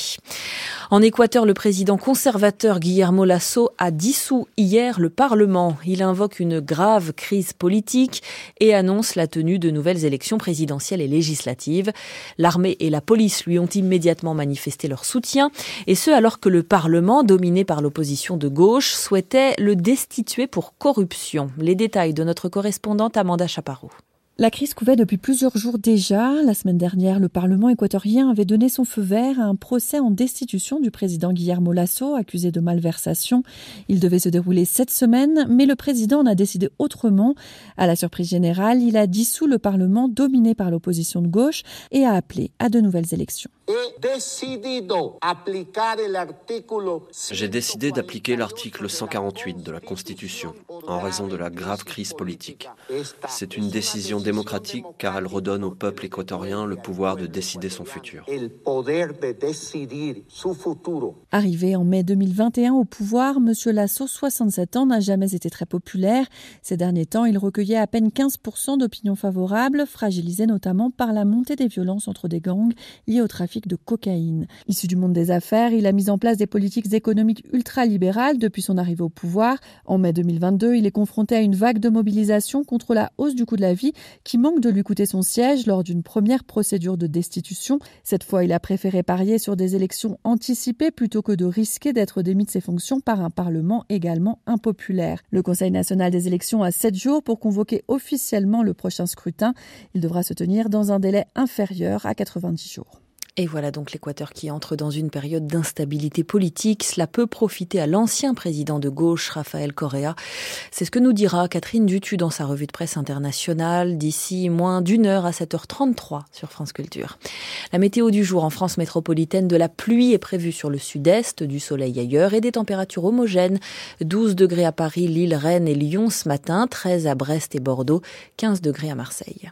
En Équateur, le président conservateur Guillermo Lasso a dissous hier le Parlement. Il invoque une grave crise politique et annonce la tenue de nouvelles élections présidentielles et législatives. L'armée et la police lui ont immédiatement manifesté leur soutien, et ce alors que le Parlement, dominé par l'opposition de gauche, souhaitait le destituer pour corruption. Les détails de notre correspondante Amanda Chaparro. La crise couvait depuis plusieurs jours déjà. La semaine dernière, le Parlement équatorien avait donné son feu vert à un procès en destitution du président Guillermo Lasso, accusé de malversation. Il devait se dérouler cette semaine, mais le président en a décidé autrement. À la surprise générale, il a dissous le Parlement dominé par l'opposition de gauche et a appelé à de nouvelles élections. J'ai décidé d'appliquer l'article cent quarante-huit de la Constitution en raison de la grave crise politique. C'est une décision démocratique car elle redonne au peuple équatorien le pouvoir de décider son futur. Arrivé en mai deux mille vingt et un au pouvoir, M. Lasso, soixante-sept ans, n'a jamais été très populaire. Ces derniers temps, il recueillait à peine quinze pour cent d'opinions favorables, fragilisées notamment par la montée des violences entre des gangs liées au trafic de cocaïne. Issu du monde des affaires, il a mis en place des politiques économiques ultralibérales depuis son arrivée au pouvoir. En mai deux mille vingt-deux, il est confronté à une vague de mobilisation contre la hausse du coût de la vie qui manque de lui coûter son siège lors d'une première procédure de destitution. Cette fois, il a préféré parier sur des élections anticipées plutôt que de risquer d'être démis de ses fonctions par un Parlement également impopulaire. Le Conseil national des élections a sept jours pour convoquer officiellement le prochain scrutin. Il devra se tenir dans un délai inférieur à quatre-vingt-dix jours. Et voilà donc l'Équateur qui entre dans une période d'instabilité politique. Cela peut profiter à l'ancien président de gauche, Rafael Correa. C'est ce que nous dira Catherine Dutu dans sa revue de presse internationale d'ici moins d'une heure à sept heures trente-trois sur France Culture. La météo du jour en France métropolitaine, de la pluie est prévue sur le sud-est, du soleil ailleurs et des températures homogènes. douze degrés à Paris, Lille, Rennes et Lyon ce matin, treize à Brest et Bordeaux, quinze degrés à Marseille.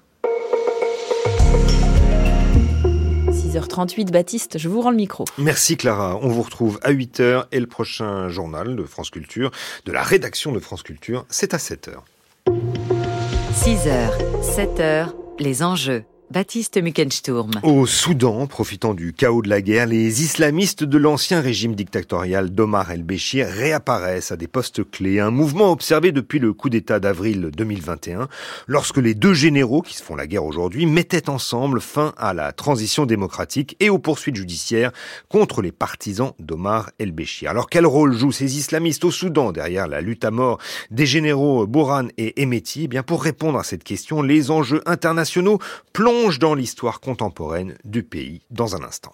six heures trente-huit, Baptiste, je vous rends le micro. Merci Clara, on vous retrouve à huit heures et le prochain journal de France Culture, de la rédaction de France Culture, c'est à sept heures. six heures, sept heures, les enjeux. Baptiste Muckensturm. Au Soudan, profitant du chaos de la guerre, les islamistes de l'ancien régime dictatorial d'Omar el-Béchir réapparaissent à des postes clés. Un mouvement observé depuis le coup d'État d'avril deux mille vingt et un, lorsque les deux généraux qui se font la guerre aujourd'hui mettaient ensemble fin à la transition démocratique et aux poursuites judiciaires contre les partisans d'Omar el-Béchir. Alors quel rôle jouent ces islamistes au Soudan derrière la lutte à mort des généraux Bourhan et Hemeti? Eh bien, pour répondre à cette question, les enjeux internationaux plongent dans l'histoire contemporaine du pays dans un instant.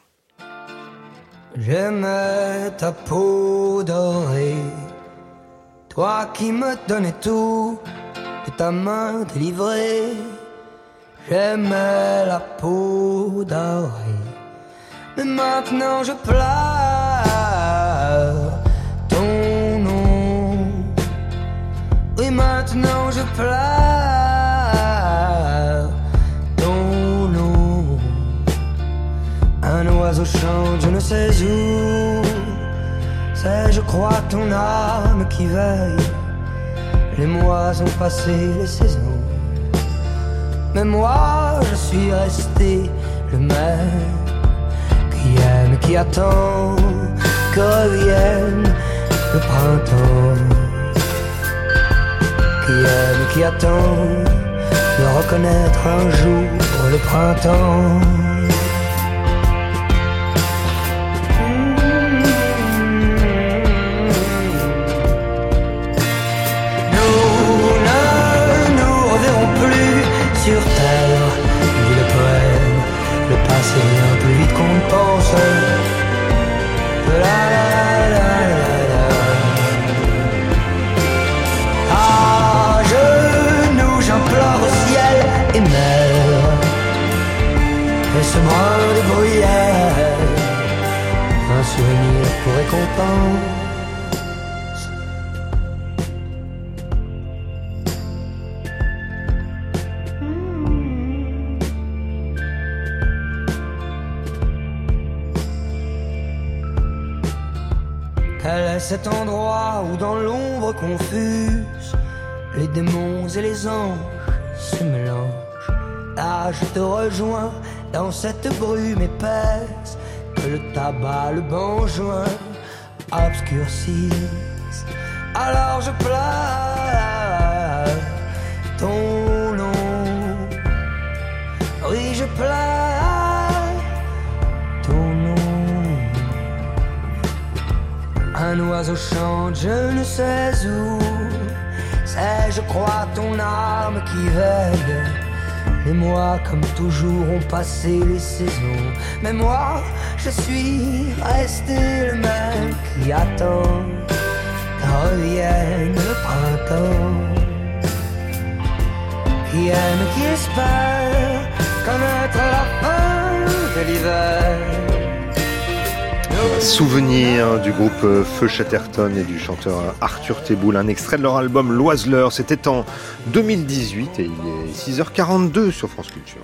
J'aimais ta peau dorée, toi qui me donnais tout, de ta main délivrée, J'aimais la peau dorée, mais maintenant je pleure ton nom. Oui, maintenant je pleure ton nom. Un oiseau chante, je ne sais où. C'est, je crois, ton âme qui veille. Les mois ont passé, les saisons. Mais moi, je suis resté le même, qui aime, qui attend que revienne le printemps, qui aime, qui attend de reconnaître un jour le printemps. Sur terre, dit le poème, le passé vient plus vite qu'on ne pense. La la la la la. À genoux, j'implore ciel et mer, et ce brin de bruyère, un souvenir pour récompense. Quel est cet endroit où dans l'ombre confuse les démons et les anges se mélangent? Là je te rejoins dans cette brume épaisse que le tabac, le benjoin obscurcissent. Alors je pleure ton nom, oui je pleure ton nom. Un oiseau chante, je ne sais où. C'est, je crois, ton âme qui veille. Les mois, comme toujours, ont passé les saisons. Mais moi, je suis resté le même qui attend qu'en revienne le printemps, qui aime, qui espère connaître la fin de l'hiver. Souvenir du groupe Feu Chatterton et du chanteur Arthur Teboul, un extrait de leur album L'Oiseleur. C'était en deux mille dix-huit et il est six heures quarante-deux sur France Culture.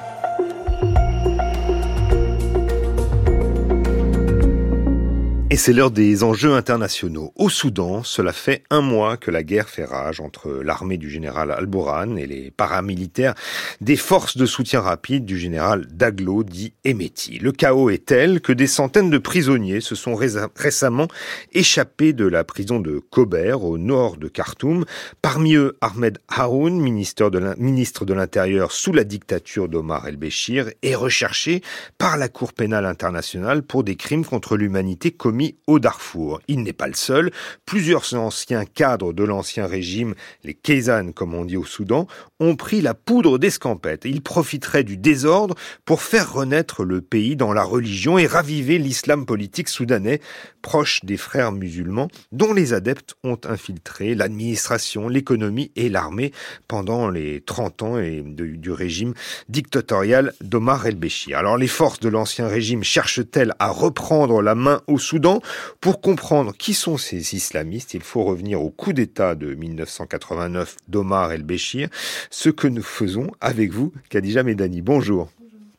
Et c'est l'heure des enjeux internationaux. Au Soudan, cela fait un mois que la guerre fait rage entre l'armée du général Al-Bourhan et les paramilitaires des forces de soutien rapide du général Daglo, dit Hemeti. Le chaos est tel que des centaines de prisonniers se sont récemment échappés de la prison de Kober, au nord de Khartoum. Parmi eux, Ahmed Haroun, ministre de l'Intérieur sous la dictature d'Omar el-Béchir, est recherché par la Cour pénale internationale pour des crimes contre l'humanité commis au Darfour. Il n'est pas le seul. Plusieurs anciens cadres de l'ancien régime, les Kaysan comme on dit au Soudan, ont pris la poudre d'escampette. Ils profiteraient du désordre pour faire renaître le pays dans la religion et raviver l'islam politique soudanais, proche des frères musulmans, dont les adeptes ont infiltré l'administration, l'économie et l'armée pendant les trente ans et de, du régime dictatorial d'Omar el-Béchir. Alors les forces de l'ancien régime cherchent-elles à reprendre la main au Soudan? Pour comprendre qui sont ces islamistes, il faut revenir au coup d'État de mille neuf cent quatre-vingt-neuf d'Omar el-Béchir, ce que nous faisons avec vous, Khadija Medani. Bonjour.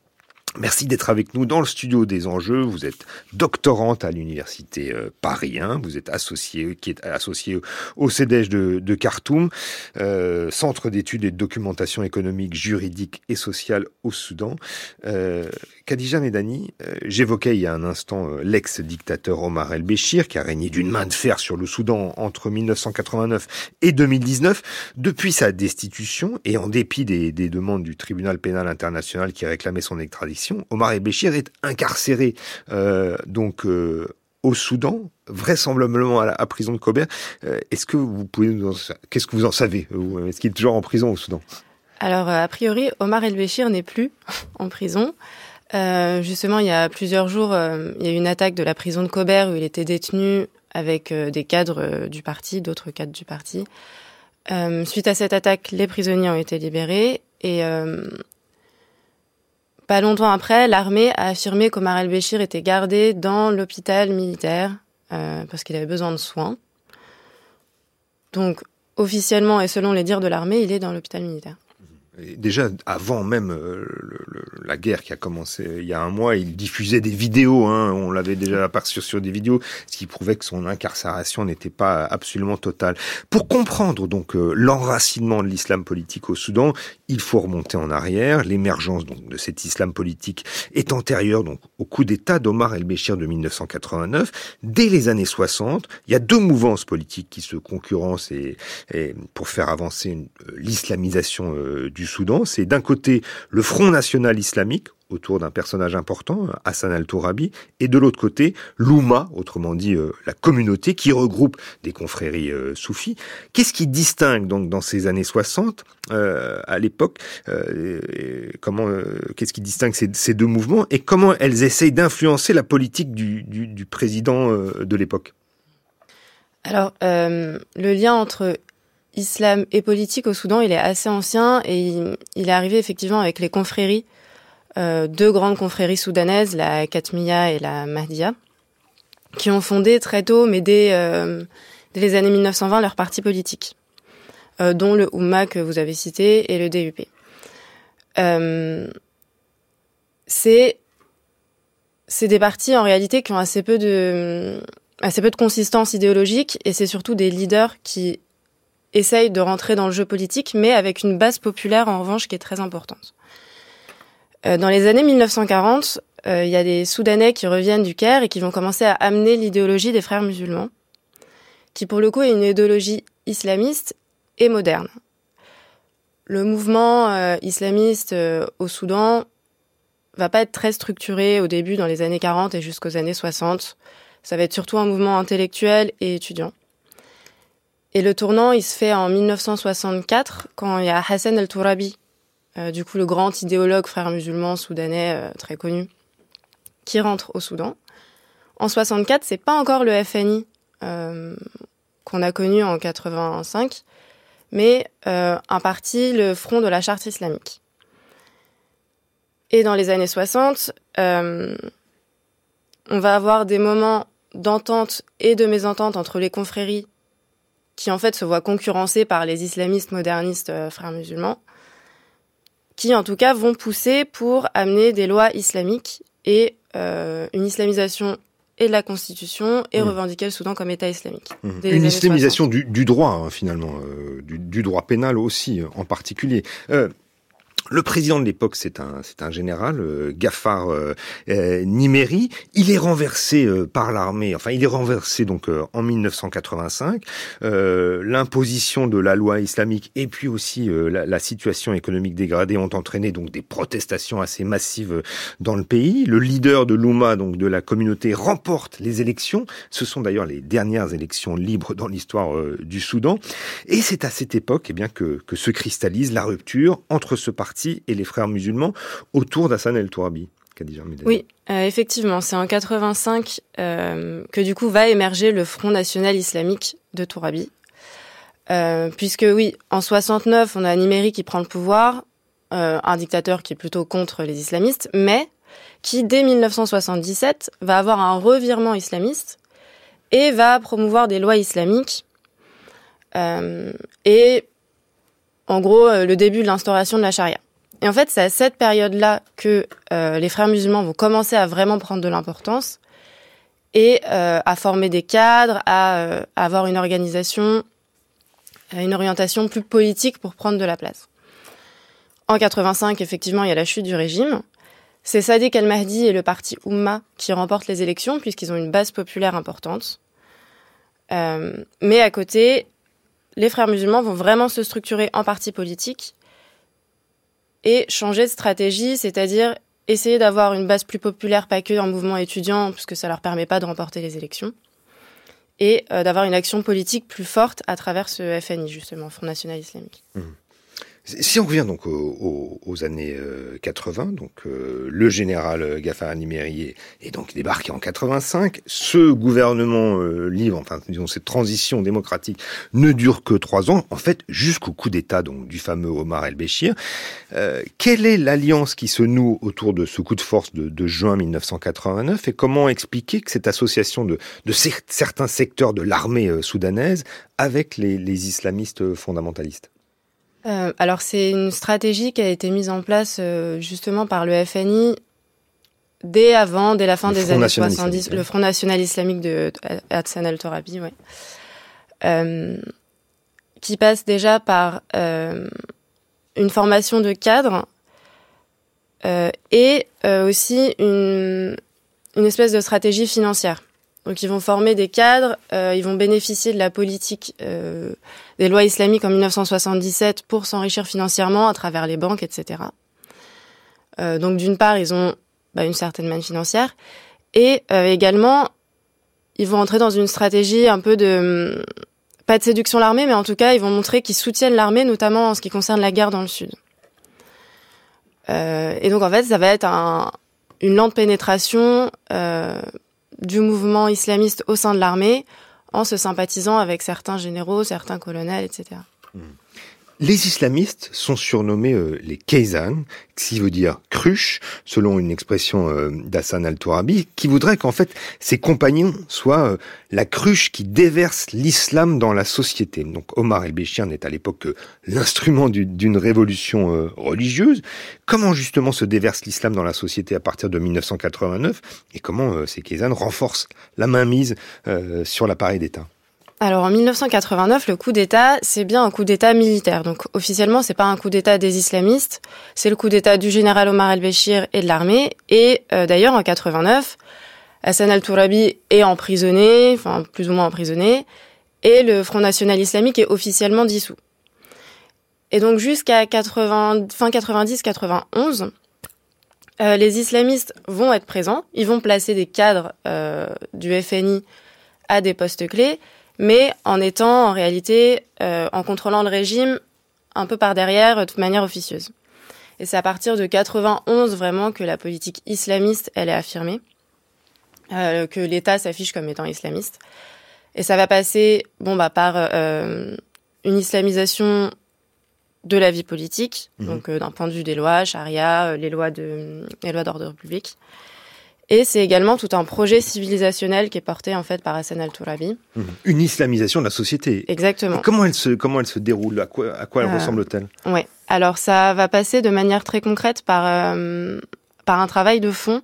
Merci d'être avec nous dans le studio des enjeux. Vous êtes doctorante à l'université euh, Paris un, vous êtes associée, qui est associée au C E D E J de, de Khartoum, euh, Centre d'études et de documentation économique, juridique et sociale au Soudan. Euh, Khadija Medani, euh, j'évoquais il y a un instant euh, l'ex-dictateur Omar el-Béchir qui a régné d'une main de fer sur le Soudan entre mille neuf cent quatre-vingt-neuf et deux mille dix-neuf. Depuis sa destitution et en dépit des, des demandes du tribunal pénal international qui réclamait son extradition, Omar el-Béchir est incarcéré euh, donc euh, au Soudan, vraisemblablement à la à prison de Kober. Euh, est-ce que vous pouvez nous en, qu'est-ce que vous en savez? Est-ce qu'il est toujours en prison au Soudan? Alors a priori, Omar el-Béchir n'est plus en prison. Euh, justement, il y a plusieurs jours, euh, il y a eu une attaque de la prison de Kober où il était détenu avec euh, des cadres euh, du parti, d'autres cadres du parti. Euh, suite à cette attaque, les prisonniers ont été libérés et euh, pas longtemps après, l'armée a affirmé qu'Omar el-Béchir était gardé dans l'hôpital militaire euh, parce qu'il avait besoin de soins. Donc, officiellement et selon les dires de l'armée, il est dans l'hôpital militaire. Et déjà, avant même euh, le, le, la guerre qui a commencé il y a un mois, il diffusait des vidéos, hein, on l'avait déjà aperçu sur des vidéos, ce qui prouvait que son incarcération n'était pas absolument totale. Pour comprendre donc euh, l'enracinement de l'islam politique au Soudan, il faut remonter en arrière. L'émergence donc de cet islam politique est antérieure donc au coup d'État d'Omar el-Béchir de mille neuf cent quatre-vingt-neuf. Dès les années soixante, il y a deux mouvances politiques qui se concurrencent et, et pour faire avancer une, euh, l'islamisation euh, du Soudan. C'est d'un côté le Front national islamique, autour d'un personnage important, Hassan al-Tourabi, et de l'autre côté, l'Oumma, autrement dit euh, la communauté qui regroupe des confréries euh, soufis. Qu'est-ce qui distingue donc dans ces années soixante, euh, à l'époque, euh, comment, euh, qu'est-ce qui distingue ces, ces deux mouvements et comment elles essayent d'influencer la politique du, du, du président euh, de l'époque? Alors, euh, le lien entre islam et politique au Soudan, il est assez ancien et il, il est arrivé effectivement avec les confréries, euh, deux grandes confréries soudanaises, la Katmiya et la Mahdiya, qui ont fondé très tôt, mais dès, euh, dès les années mille neuf cent vingt, leur parti politique, euh, dont le Oumma que vous avez cité et le D U P. Euh, c'est, c'est des partis en réalité qui ont assez peu de, assez peu de consistance idéologique et c'est surtout des leaders qui essayent de rentrer dans le jeu politique, mais avec une base populaire, en revanche, qui est très importante. Euh, dans les années mille neuf cent quarante, il euh, y a des Soudanais qui reviennent du Caire et qui vont commencer à amener l'idéologie des frères musulmans, qui pour le coup est une idéologie islamiste et moderne. Le mouvement euh, islamiste euh, au Soudan va pas être très structuré au début, dans les années quarante et jusqu'aux années soixante. Ça va être surtout un mouvement intellectuel et étudiant. Et le tournant, il se fait en mille neuf cent soixante-quatre, quand il y a Hassan al-Tourabi, euh, du coup le grand idéologue frère musulman soudanais euh, très connu, qui rentre au Soudan. En soixante-quatre, c'est pas encore le F N I euh, qu'on a connu en quatre-vingt-cinq, mais euh, un parti, le Front de la Charte islamique. Et dans les années soixante, euh, on va avoir des moments d'entente et de mésentente entre les confréries qui en fait se voient concurrencés par les islamistes modernistes euh, frères musulmans, qui en tout cas vont pousser pour amener des lois islamiques et euh, une islamisation et de la Constitution et mmh. revendiquer le Soudan comme État islamique. Mmh. Une islamisation du, du droit, hein, finalement, euh, du, du droit pénal aussi, en particulier. Euh, Le président de l'époque, c'est un, c'est un général, euh, Gafar euh, euh, Nimeri. Il est renversé euh, par l'armée. Enfin, il est renversé donc euh, en mille neuf cent quatre-vingt-cinq. Euh, l'imposition de la loi islamique et puis aussi euh, la, la situation économique dégradée ont entraîné donc des protestations assez massives dans le pays. Le leader de l'Oumma, donc de la communauté, remporte les élections. Ce sont d'ailleurs les dernières élections libres dans l'histoire euh, du Soudan. Et c'est à cette époque, eh bien, que, que se cristallise la rupture entre ce parti et les frères musulmans autour d'Hassan el-Tourabi. Oui, euh, effectivement, c'est en quatre-vingt-cinq euh, que du coup va émerger le Front national islamique de Tourabi. Euh, puisque oui, en soixante-neuf, on a Nimeri qui prend le pouvoir, euh, un dictateur qui est plutôt contre les islamistes, mais qui dès mille neuf cent soixante-dix-sept va avoir un revirement islamiste et va promouvoir des lois islamiques euh, et en gros euh, le début de l'instauration de la charia. Et en fait, c'est à cette période-là que euh, les frères musulmans vont commencer à vraiment prendre de l'importance et euh, à former des cadres, à, euh, à avoir une organisation, une orientation plus politique pour prendre de la place. En quatre-vingt-cinq, effectivement, il y a la chute du régime. C'est Sadiq al-Mahdi et le parti Oumma qui remportent les élections puisqu'ils ont une base populaire importante. Euh, mais à côté, les frères musulmans vont vraiment se structurer en parti politique et changer de stratégie, c'est-à-dire essayer d'avoir une base plus populaire, pas que un mouvement étudiant, puisque ça leur permet pas de remporter les élections, et euh, d'avoir une action politique plus forte à travers ce F N I, justement, Front National Islamique. Mmh. Si on revient donc aux, aux, aux années euh, quatre-vingts, donc euh, le général Gaffar Nimeri est, est donc débarqué en quatre-vingt-cinq. Ce gouvernement euh, libre, enfin disons cette transition démocratique, ne dure que trois ans, en fait jusqu'au coup d'État donc du fameux Omar el-Béchir. Euh, quelle est l'alliance qui se noue autour de ce coup de force de, de juin mille neuf cent quatre-vingt-neuf et comment expliquer que cette association de, de cer- certains secteurs de l'armée euh, soudanaise avec les, les islamistes fondamentalistes? Euh, alors c'est une stratégie qui a été mise en place euh, justement par le F N I dès avant, dès la fin le des années soixante-dix, le Front National Islamique de Hassan al-Torabi, ouais. euh, qui passe déjà par euh, une formation de cadres euh, et euh, aussi une, une espèce de stratégie financière. Donc ils vont former des cadres, euh, ils vont bénéficier de la politique euh, des lois islamiques en mille neuf cent soixante-dix-sept pour s'enrichir financièrement à travers les banques, et cetera. Euh, donc d'une part, ils ont bah, une certaine manne financière et euh, également, ils vont entrer dans une stratégie un peu de, pas de séduction de l'armée, mais en tout cas, ils vont montrer qu'ils soutiennent l'armée, notamment en ce qui concerne la guerre dans le Sud. Euh, et donc en fait, ça va être un, une lente pénétration euh, du mouvement islamiste au sein de l'armée, en se sympathisant avec certains généraux, certains colonels, et cetera. Les islamistes sont surnommés euh, les Kaysan, qui veut dire cruche, selon une expression euh, d'Hassan al-Torabi, qui voudrait qu'en fait ses compagnons soient euh, la cruche qui déverse l'islam dans la société. Donc Omar el-Béchir n'est à l'époque que l'instrument du, d'une révolution euh, religieuse. Comment justement se déverse l'islam dans la société à partir de mille neuf cent quatre-vingt-neuf et comment euh, ces Kaysan renforcent la mainmise euh, sur l'appareil d'État? Alors en mille neuf cent quatre-vingt-neuf, le coup d'État, c'est bien un coup d'État militaire. Donc officiellement, c'est pas un coup d'État des islamistes, c'est le coup d'État du général Omar el-Béchir et de l'armée. Et euh, d'ailleurs, en quatre-vingt-neuf, Hassan al-Torabi est emprisonné, enfin plus ou moins emprisonné, et le Front National Islamique est officiellement dissous. Et donc jusqu'à quatre-vingts, fin quatre-vingt-dix quatre-vingt-onze, euh, les islamistes vont être présents, ils vont placer des cadres euh, du F N I à des postes clés, mais en étant en réalité, euh, en contrôlant le régime un peu par derrière, de manière officieuse. Et c'est à partir de quatre-vingt-onze vraiment que la politique islamiste, elle est affirmée, euh, que l'État s'affiche comme étant islamiste. Et ça va passer, bon bah par euh, une islamisation de la vie politique, mmh. donc euh, d'un point de vue des lois, charia, euh, les lois de, les lois d'ordre public. Et c'est également tout un projet civilisationnel qui est porté en fait par Hassan al-Torabi. Mmh. Une islamisation de la société. Exactement. Et comment elle se comment elle se déroule? À quoi à quoi elle euh, ressemble-t-elle? Ouais. Alors ça va passer de manière très concrète par euh, par un travail de fond.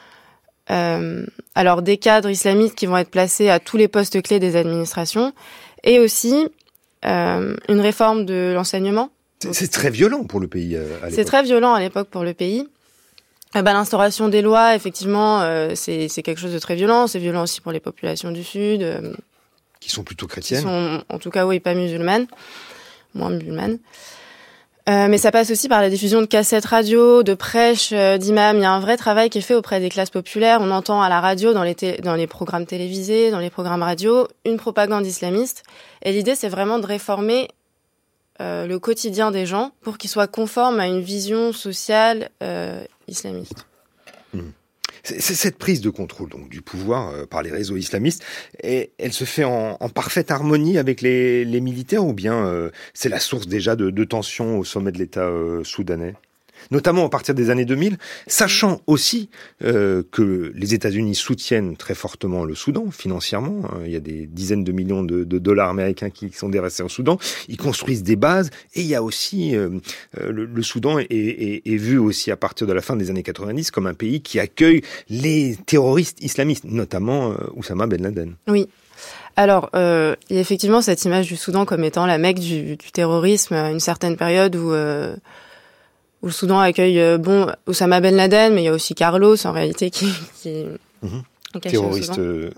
Euh, alors des cadres islamistes qui vont être placés à tous les postes clés des administrations et aussi euh, une réforme de l'enseignement. C'est, c'est très violent pour le pays euh, à l'époque. C'est très violent à l'époque pour le pays. Euh, bah, l'instauration des lois, effectivement, euh, c'est, c'est quelque chose de très violent. C'est violent aussi pour les populations du Sud. Euh, qui sont plutôt chrétiennes. Qui sont, en tout cas, oui, pas musulmanes. Moins musulmanes. Euh, mais ça passe aussi par la diffusion de cassettes radio, de prêches, euh, d'imams. Il y a un vrai travail qui est fait auprès des classes populaires. On entend à la radio, dans les, té- dans les programmes télévisés, dans les programmes radio, une propagande islamiste. Et l'idée, c'est vraiment de réformer euh, le quotidien des gens pour qu'ils soient conformes à une vision sociale euh, islamiste. Mmh. C'est, c'est cette prise de contrôle donc du pouvoir euh, par les réseaux islamistes, et elle se fait en, en parfaite harmonie avec les, les militaires, ou bien euh, c'est la source déjà de, de tensions au sommet de l'État euh, soudanais, notamment à partir des années deux mille, sachant aussi euh, que les États-Unis soutiennent très fortement le Soudan financièrement. Hein, il y a des dizaines de millions de, de dollars américains qui sont déversés au Soudan. Ils construisent des bases, et il y a aussi euh, le, le Soudan est, est, est vu aussi à partir de la fin des années quatre-vingt-dix comme un pays qui accueille les terroristes islamistes, notamment euh, Oussama Ben Laden. Oui. Alors, euh, il y a effectivement cette image du Soudan comme étant la Mecque du, du terrorisme à une certaine période où euh, où le Soudan accueille, euh, bon, Oussama Ben Laden, mais il y a aussi Carlos, en réalité, qui, qui est mmh. terroriste euh,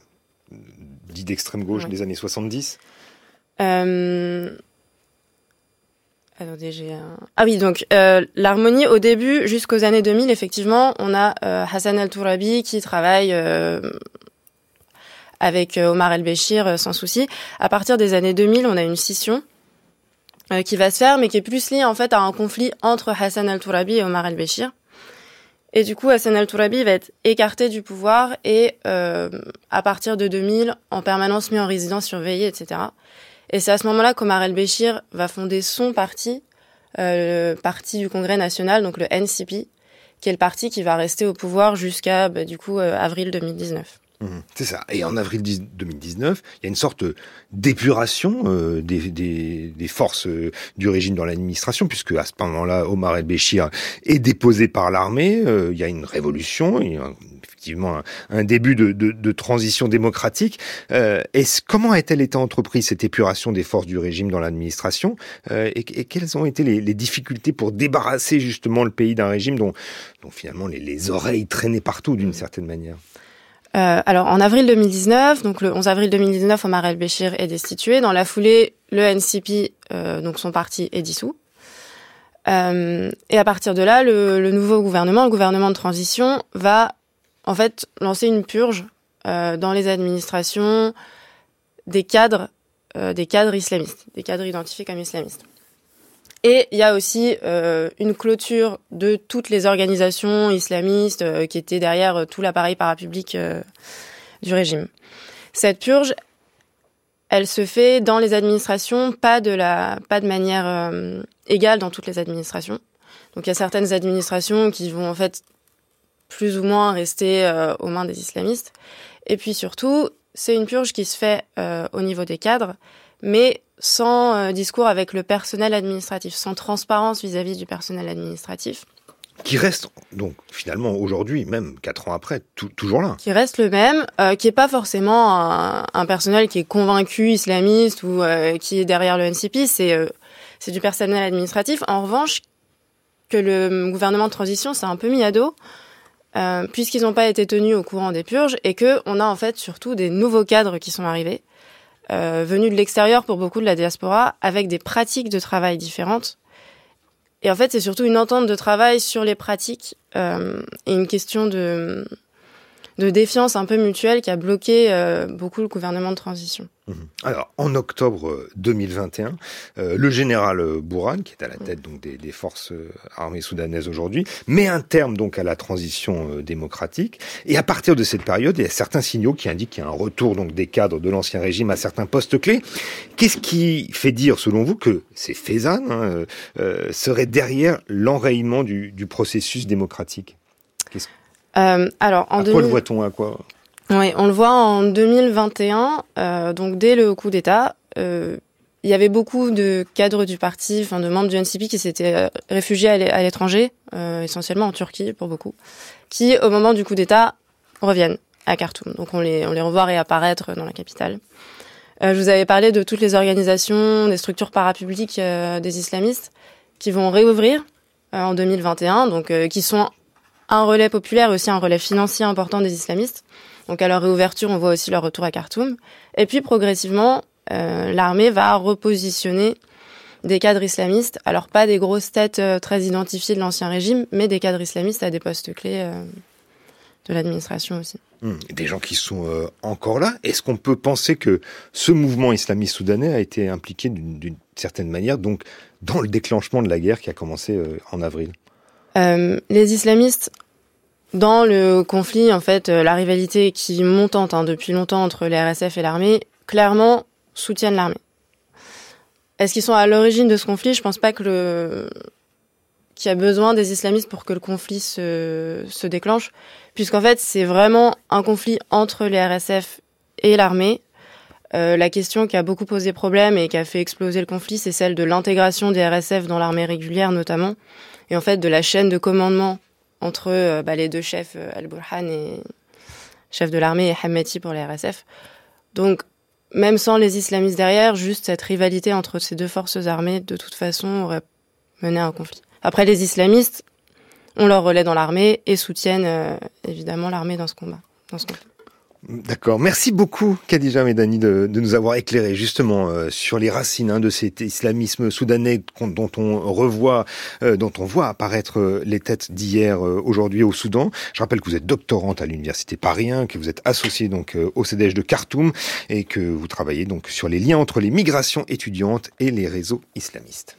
dit d'extrême gauche ouais. des années soixante-dix. Euh... Attendez, j'ai un... Ah oui, donc, euh, l'harmonie, au début, jusqu'aux années deux mille, effectivement, on a euh, Hassan al-Torabi qui travaille euh, avec Omar el-Béchir euh, sans souci. À partir des années deux mille, on a une scission. euh, qui va se faire, mais qui est plus lié en fait à un conflit entre Hassan al-Tourabi et Omar el-Béchir. Et du coup, Hassan al-Tourabi va être écarté du pouvoir et euh, à partir de deux mille, en permanence mis en résidence surveillée, et cetera. Et c'est à ce moment-là qu'Omar el-Béchir va fonder son parti, euh, le parti du Congrès national, donc le N C P, qui est le parti qui va rester au pouvoir jusqu'à bah, du coup euh, avril deux mille dix-neuf. Mmh, c'est ça. Et en avril deux mille dix-neuf, il y a une sorte d'épuration euh, des, des, des forces euh, du régime dans l'administration, puisque à ce moment-là, Omar el-Béchir est déposé par l'armée. Euh, il y a une révolution, il y a effectivement un, un début de, de, de transition démocratique. Euh, est-ce, comment a-t-elle été entreprise cette épuration des forces du régime dans l'administration euh, et, et quelles ont été les, les difficultés pour débarrasser justement le pays d'un régime dont, dont finalement les, les oreilles traînaient partout d'une certaine manière? Euh, alors, en avril deux mille dix-neuf, donc le onze avril deux mille dix-neuf, Omar el-Béchir est destitué. Dans la foulée, le N C P, euh, donc son parti, est dissous. Euh, et à partir de là, le, le nouveau gouvernement, le gouvernement de transition, va en fait lancer une purge euh, dans les administrations des cadres, euh, des cadres islamistes, des cadres identifiés comme islamistes. Et il y a aussi euh, une clôture de toutes les organisations islamistes euh, qui étaient derrière euh, tout l'appareil parapublic euh, du régime. Cette purge, elle se fait dans les administrations, pas de la, pas de manière euh, égale dans toutes les administrations. Donc il y a certaines administrations qui vont en fait plus ou moins rester euh, aux mains des islamistes. Et puis surtout, c'est une purge qui se fait euh, au niveau des cadres, mais sans euh, discours avec le personnel administratif, sans transparence vis-à-vis du personnel administratif. Qui reste, donc, finalement, aujourd'hui, même quatre ans après, tout, toujours là. Qui reste le même, euh, qui est pas forcément un, un personnel qui est convaincu islamiste ou euh, qui est derrière le N C P, c'est, euh, c'est du personnel administratif. En revanche, que le gouvernement de transition s'est un peu mis à dos, euh, puisqu'ils n'ont pas été tenus au courant des purges, et qu'on a en fait surtout des nouveaux cadres qui sont arrivés, Euh, venus de l'extérieur pour beaucoup de la diaspora, avec des pratiques de travail différentes. Et en fait, c'est surtout une entente de travail sur les pratiques euh, et une question de, de défiance un peu mutuelle qui a bloqué euh, beaucoup le gouvernement de transition. Alors, en octobre deux mille vingt et un, euh, le général Bourhan, qui est à la tête donc des, des forces armées soudanaises aujourd'hui, met un terme donc à la transition euh, démocratique. Et à partir de cette période, il y a certains signaux qui indiquent qu'il y a un retour donc des cadres de l'ancien régime à certains postes clés. Qu'est-ce qui fait dire, selon vous, que ces Fayzane hein, euh, seraient derrière l'enrayement du, du processus démocratique? Qu'est-ce... Euh, alors, en à deux quoi mille... le voit-on à quoi Oui, on le voit en deux mille vingt et un, euh, donc dès le coup d'État, euh, il y avait beaucoup de cadres du parti, enfin de membres du N C P qui s'étaient réfugiés à l'étranger, euh, essentiellement en Turquie pour beaucoup, qui au moment du coup d'État reviennent à Khartoum. Donc on les on les revoit réapparaître dans la capitale. Euh, je vous avais parlé de toutes les organisations, des structures parapubliques euh, des islamistes qui vont réouvrir euh, en deux mille vingt et un, donc euh, qui sont un relais populaire et aussi un relais financier important des islamistes. Donc à leur réouverture, on voit aussi leur retour à Khartoum. Et puis progressivement, euh, l'armée va repositionner des cadres islamistes. Alors pas des grosses têtes euh, très identifiées de l'ancien régime, mais des cadres islamistes à des postes clés euh, de l'administration aussi. Mmh, des gens qui sont euh, encore là. Est-ce qu'on peut penser que ce mouvement islamiste soudanais a été impliqué d'une, d'une certaine manière donc dans le déclenchement de la guerre qui a commencé euh, en avril? euh, Les islamistes, dans le conflit, en fait, euh, la rivalité qui montante hein, depuis longtemps entre les R S F et l'armée, clairement soutiennent l'armée. Est-ce qu'ils sont à l'origine de ce conflit? Je pense pas que le qu'il y a besoin des islamistes pour que le conflit se, se déclenche, puisqu'en fait, c'est vraiment un conflit entre les R S F et l'armée. Euh, la question qui a beaucoup posé problème et qui a fait exploser le conflit, c'est celle de l'intégration des R S F dans l'armée régulière, notamment, et en fait de la chaîne de commandement entre euh, bah, les deux chefs, euh, Al-Burhan et chef de l'armée, et Hameti pour les R S F. Donc, même sans les islamistes derrière, juste cette rivalité entre ces deux forces armées, de toute façon, aurait mené à un conflit. Après, les islamistes ont leur relais dans l'armée et soutiennent euh, évidemment l'armée dans ce combat, dans ce conflit. D'accord. Merci beaucoup, Khadija Medani, de, de nous avoir éclairé justement euh, sur les racines hein, de cet islamisme soudanais dont on revoit, euh, dont on voit apparaître euh, les têtes d'hier euh, aujourd'hui au Soudan. Je rappelle que vous êtes doctorante à l'université Paris un, que vous êtes associée donc euh, au C D H de Khartoum et que vous travaillez donc sur les liens entre les migrations étudiantes et les réseaux islamistes.